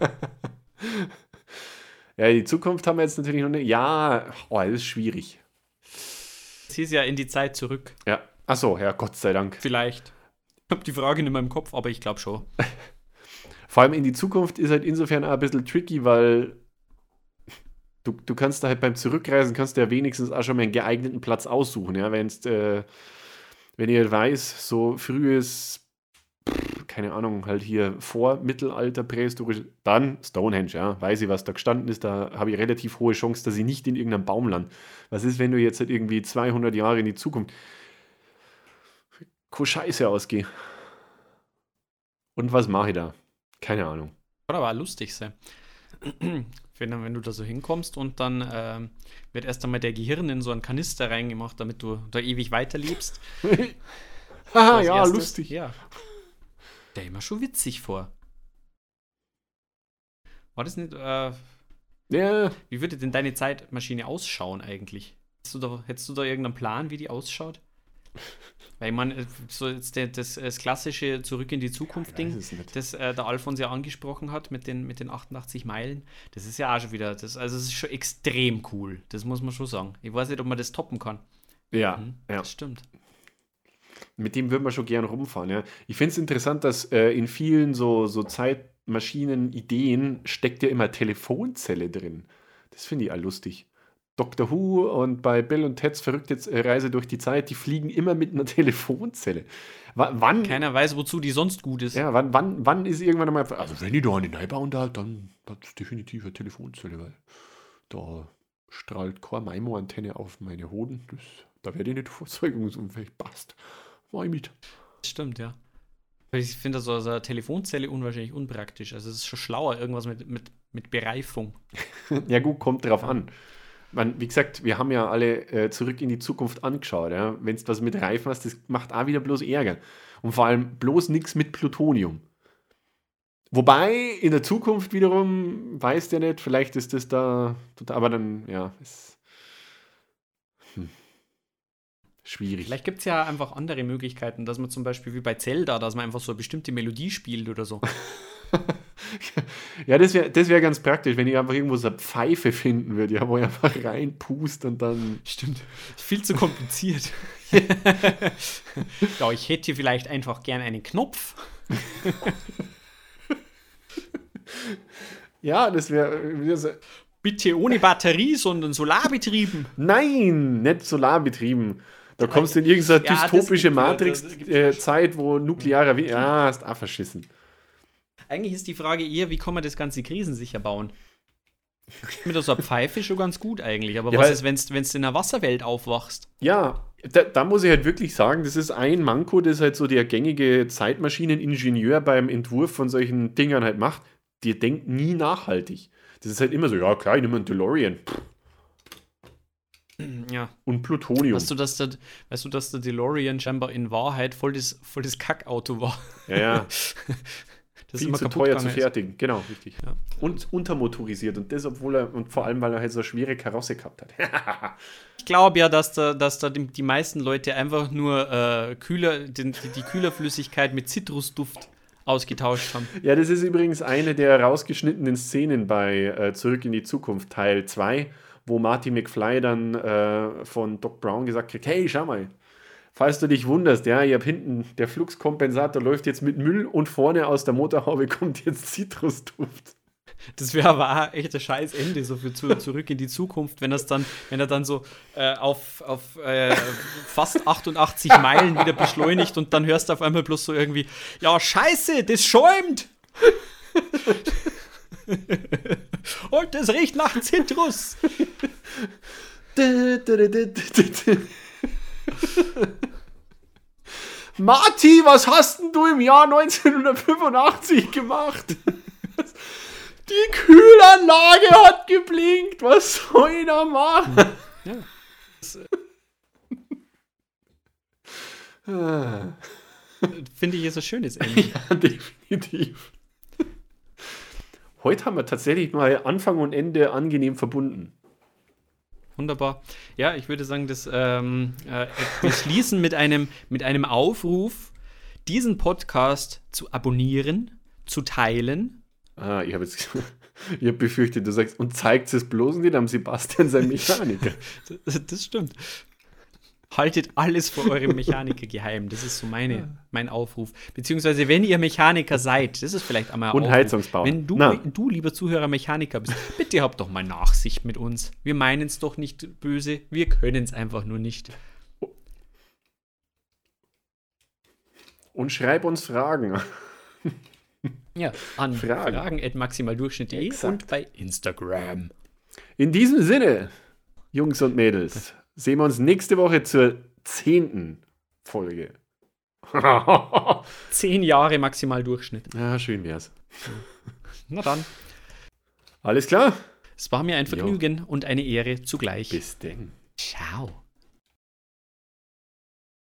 Ja, die Zukunft haben wir jetzt natürlich noch nicht. Ja, oh, das ist schwierig. Es hieß ja in die Zeit zurück. Ja. Achso, ja, Gott sei Dank. Vielleicht. Ich habe die Frage nicht in meinem Kopf, aber ich glaube schon. Vor allem in die Zukunft ist halt insofern auch ein bisschen tricky, weil du, du kannst da halt beim Zurückreisen, kannst du ja wenigstens auch schon mal einen geeigneten Platz aussuchen. Ja? Wenn's, äh, wenn ihr weiß, so frühes keine Ahnung, halt hier vor Mittelalter, prähistorisch, dann Stonehenge, ja, weiß ich, was da gestanden ist, da habe ich relativ hohe Chance, dass ich nicht in irgendeinem Baum lande. Was ist, wenn du jetzt halt irgendwie zweihundert Jahre in die Zukunft keine Scheiße ausgehe? Und was mache ich da? Keine Ahnung. Kann aber auch lustig sein. Wenn, wenn du da so hinkommst und dann ähm, wird erst einmal der Gehirn in so einen Kanister reingemacht, damit du da ewig weiterlebst. Haha, Als ja, erstes, lustig. Ja. Der immer schon witzig vor. War das nicht, äh, Ja, wie würde denn deine Zeitmaschine ausschauen eigentlich? Hättest du da, hättest du da irgendeinen Plan, wie die ausschaut? Weil ich meine, so jetzt der, das, das klassische Zurück in die Zukunft-Ding, weiß es nicht. das äh, der Alfons ja angesprochen hat mit den, mit den achtundachtzig Meilen, das ist ja auch schon wieder, das, also es ist schon extrem cool, das muss man schon sagen. Ich weiß nicht, ob man das toppen kann. ja, Mhm, ja. Das stimmt. Mit dem würden wir schon gern rumfahren, ja. Ich finde es interessant, dass äh, in vielen so, so Zeitmaschinen-Ideen steckt ja immer Telefonzelle drin. Das finde ich auch lustig. Doctor Who und bei Bill und Teds verrückte Z- Reise durch die Zeit, die fliegen immer mit einer Telefonzelle. W wann, Keiner weiß, wozu die sonst gut ist. ja, wann, wann, wann ist irgendwann einmal, also wenn ich da eine neu bauen da, dann das ist definitiv eine Telefonzelle, weil da strahlt keine Maimo-Antenne auf meine Hoden. Das, da werde ich nicht verzeugungsunfähig. Passt. Mach ich mit. Das stimmt, ja. Weil ich finde so so eine Telefonzelle unwahrscheinlich unpraktisch. Also es ist schon schlauer, irgendwas mit, mit, mit Bereifung. Ja gut, kommt drauf an. Man, wie gesagt, wir haben ja alle äh, zurück in die Zukunft angeschaut. Ja? Wenn es was mit Reifen hast, das macht auch wieder bloß Ärger. Und vor allem bloß nichts mit Plutonium. Wobei, in der Zukunft wiederum, weiß der nicht, vielleicht ist das da, aber dann, ja, ist hm, schwierig. Vielleicht gibt es ja einfach andere Möglichkeiten, dass man zum Beispiel wie bei Zelda, dass man einfach so eine bestimmte Melodie spielt oder so. Ja, das wäre das wär ganz praktisch, wenn ich einfach irgendwo so eine Pfeife finden würde, ja, wo ich einfach reinpust und dann. Stimmt. Viel zu kompliziert. Ja, ich hätte hier vielleicht einfach gern einen Knopf. Ja, das wäre. So. Bitte ohne Batterie, sondern solarbetrieben. Nein, nicht solarbetrieben. Da kommst du in irgendeine Ja, das dystopische gibt- das gibt- Matrix-Zeit, wo nuklearer. Wi- Ja, hast auch verschissen. Eigentlich ist die Frage eher, wie kann man das Ganze krisensicher bauen? Mit so einer Pfeife schon ganz gut eigentlich. Aber Ja, was weil- ist, wenn du in einer Wasserwelt aufwachst? Ja, da, da muss ich halt wirklich sagen, das ist ein Manko, das halt so der gängige Zeitmaschineningenieur beim Entwurf von solchen Dingern halt macht. Der denkt nie nachhaltig. Das ist halt immer so, ja klar, ich nehme einen DeLorean. Pff, Ja. und Plutonium. Weißt du, dass der, weißt du, dass der DeLorean scheinbar in Wahrheit voll das, voll das Kackauto war? Ja, ja. Das Viel immer zu kaputt teuer zu gegangen ist. fertigen. Genau, richtig. Ja. Und untermotorisiert. Und das, obwohl er, und vor allem, weil er halt so eine schwere Karosse gehabt hat. Ich glaube ja, dass da, dass da die, die meisten Leute einfach nur äh, Kühler, den, die, die Kühlerflüssigkeit mit Zitrusduft ausgetauscht haben. Ja, das ist übrigens eine der rausgeschnittenen Szenen bei äh, Zurück in die Zukunft Teil zwei, wo Marty McFly dann äh, von Doc Brown gesagt kriegt, hey, schau mal, falls du dich wunderst, ja, ich hab hinten, der Fluxkompensator läuft jetzt mit Müll und vorne aus der Motorhaube kommt jetzt Zitrusduft. Das wäre aber auch echt ein scheiß Ende, so für zu, Zurück in die Zukunft, wenn, das dann, wenn er dann so äh, auf, auf äh, fast achtundachtzig Meilen wieder beschleunigt und dann hörst du auf einmal bloß so irgendwie, ja, scheiße, das schäumt! Und das riecht nach Zitrus! Marty, was hast denn du im Jahr neunzehnhundertfünfundachtzig gemacht? Die Kühlanlage hat geblinkt. Was soll ich da machen? Ja. Das, äh, Ah, finde ich, ist ein schönes Ende. ja, definitiv. Heute haben wir tatsächlich mal Anfang und Ende angenehm verbunden. Wunderbar. Ja, ich würde sagen, dass, ähm, äh, wir schließen mit einem, mit einem Aufruf, diesen Podcast zu abonnieren, zu teilen. Ah, ich habe jetzt ich hab befürchtet, du sagst, und zeigt es bloß nicht am Sebastian, sein Mechaniker. Das, das stimmt. Haltet alles vor eurem Mechaniker geheim. Das ist so meine, mein Aufruf. Beziehungsweise, wenn ihr Mechaniker seid, das ist vielleicht einmal ein Und Aufruf. Heizungsbauer. Wenn du, Na. du, lieber Zuhörer, Mechaniker bist, bitte habt doch mal Nachsicht mit uns. Wir meinen es doch nicht böse, wir können es einfach nur nicht. Und schreib uns Fragen. Ja, an Fragen. fragen at maximaldurchschnitt punkt de Exakt. und bei Instagram. In diesem Sinne, Jungs und Mädels, sehen wir uns nächste Woche zur zehnten Folge. Zehn Jahre Maximaldurchschnitt. Ja, schön wär's. Na dann. Alles klar? Es war mir ein Vergnügen und eine Ehre zugleich. Bis denn. Ciao.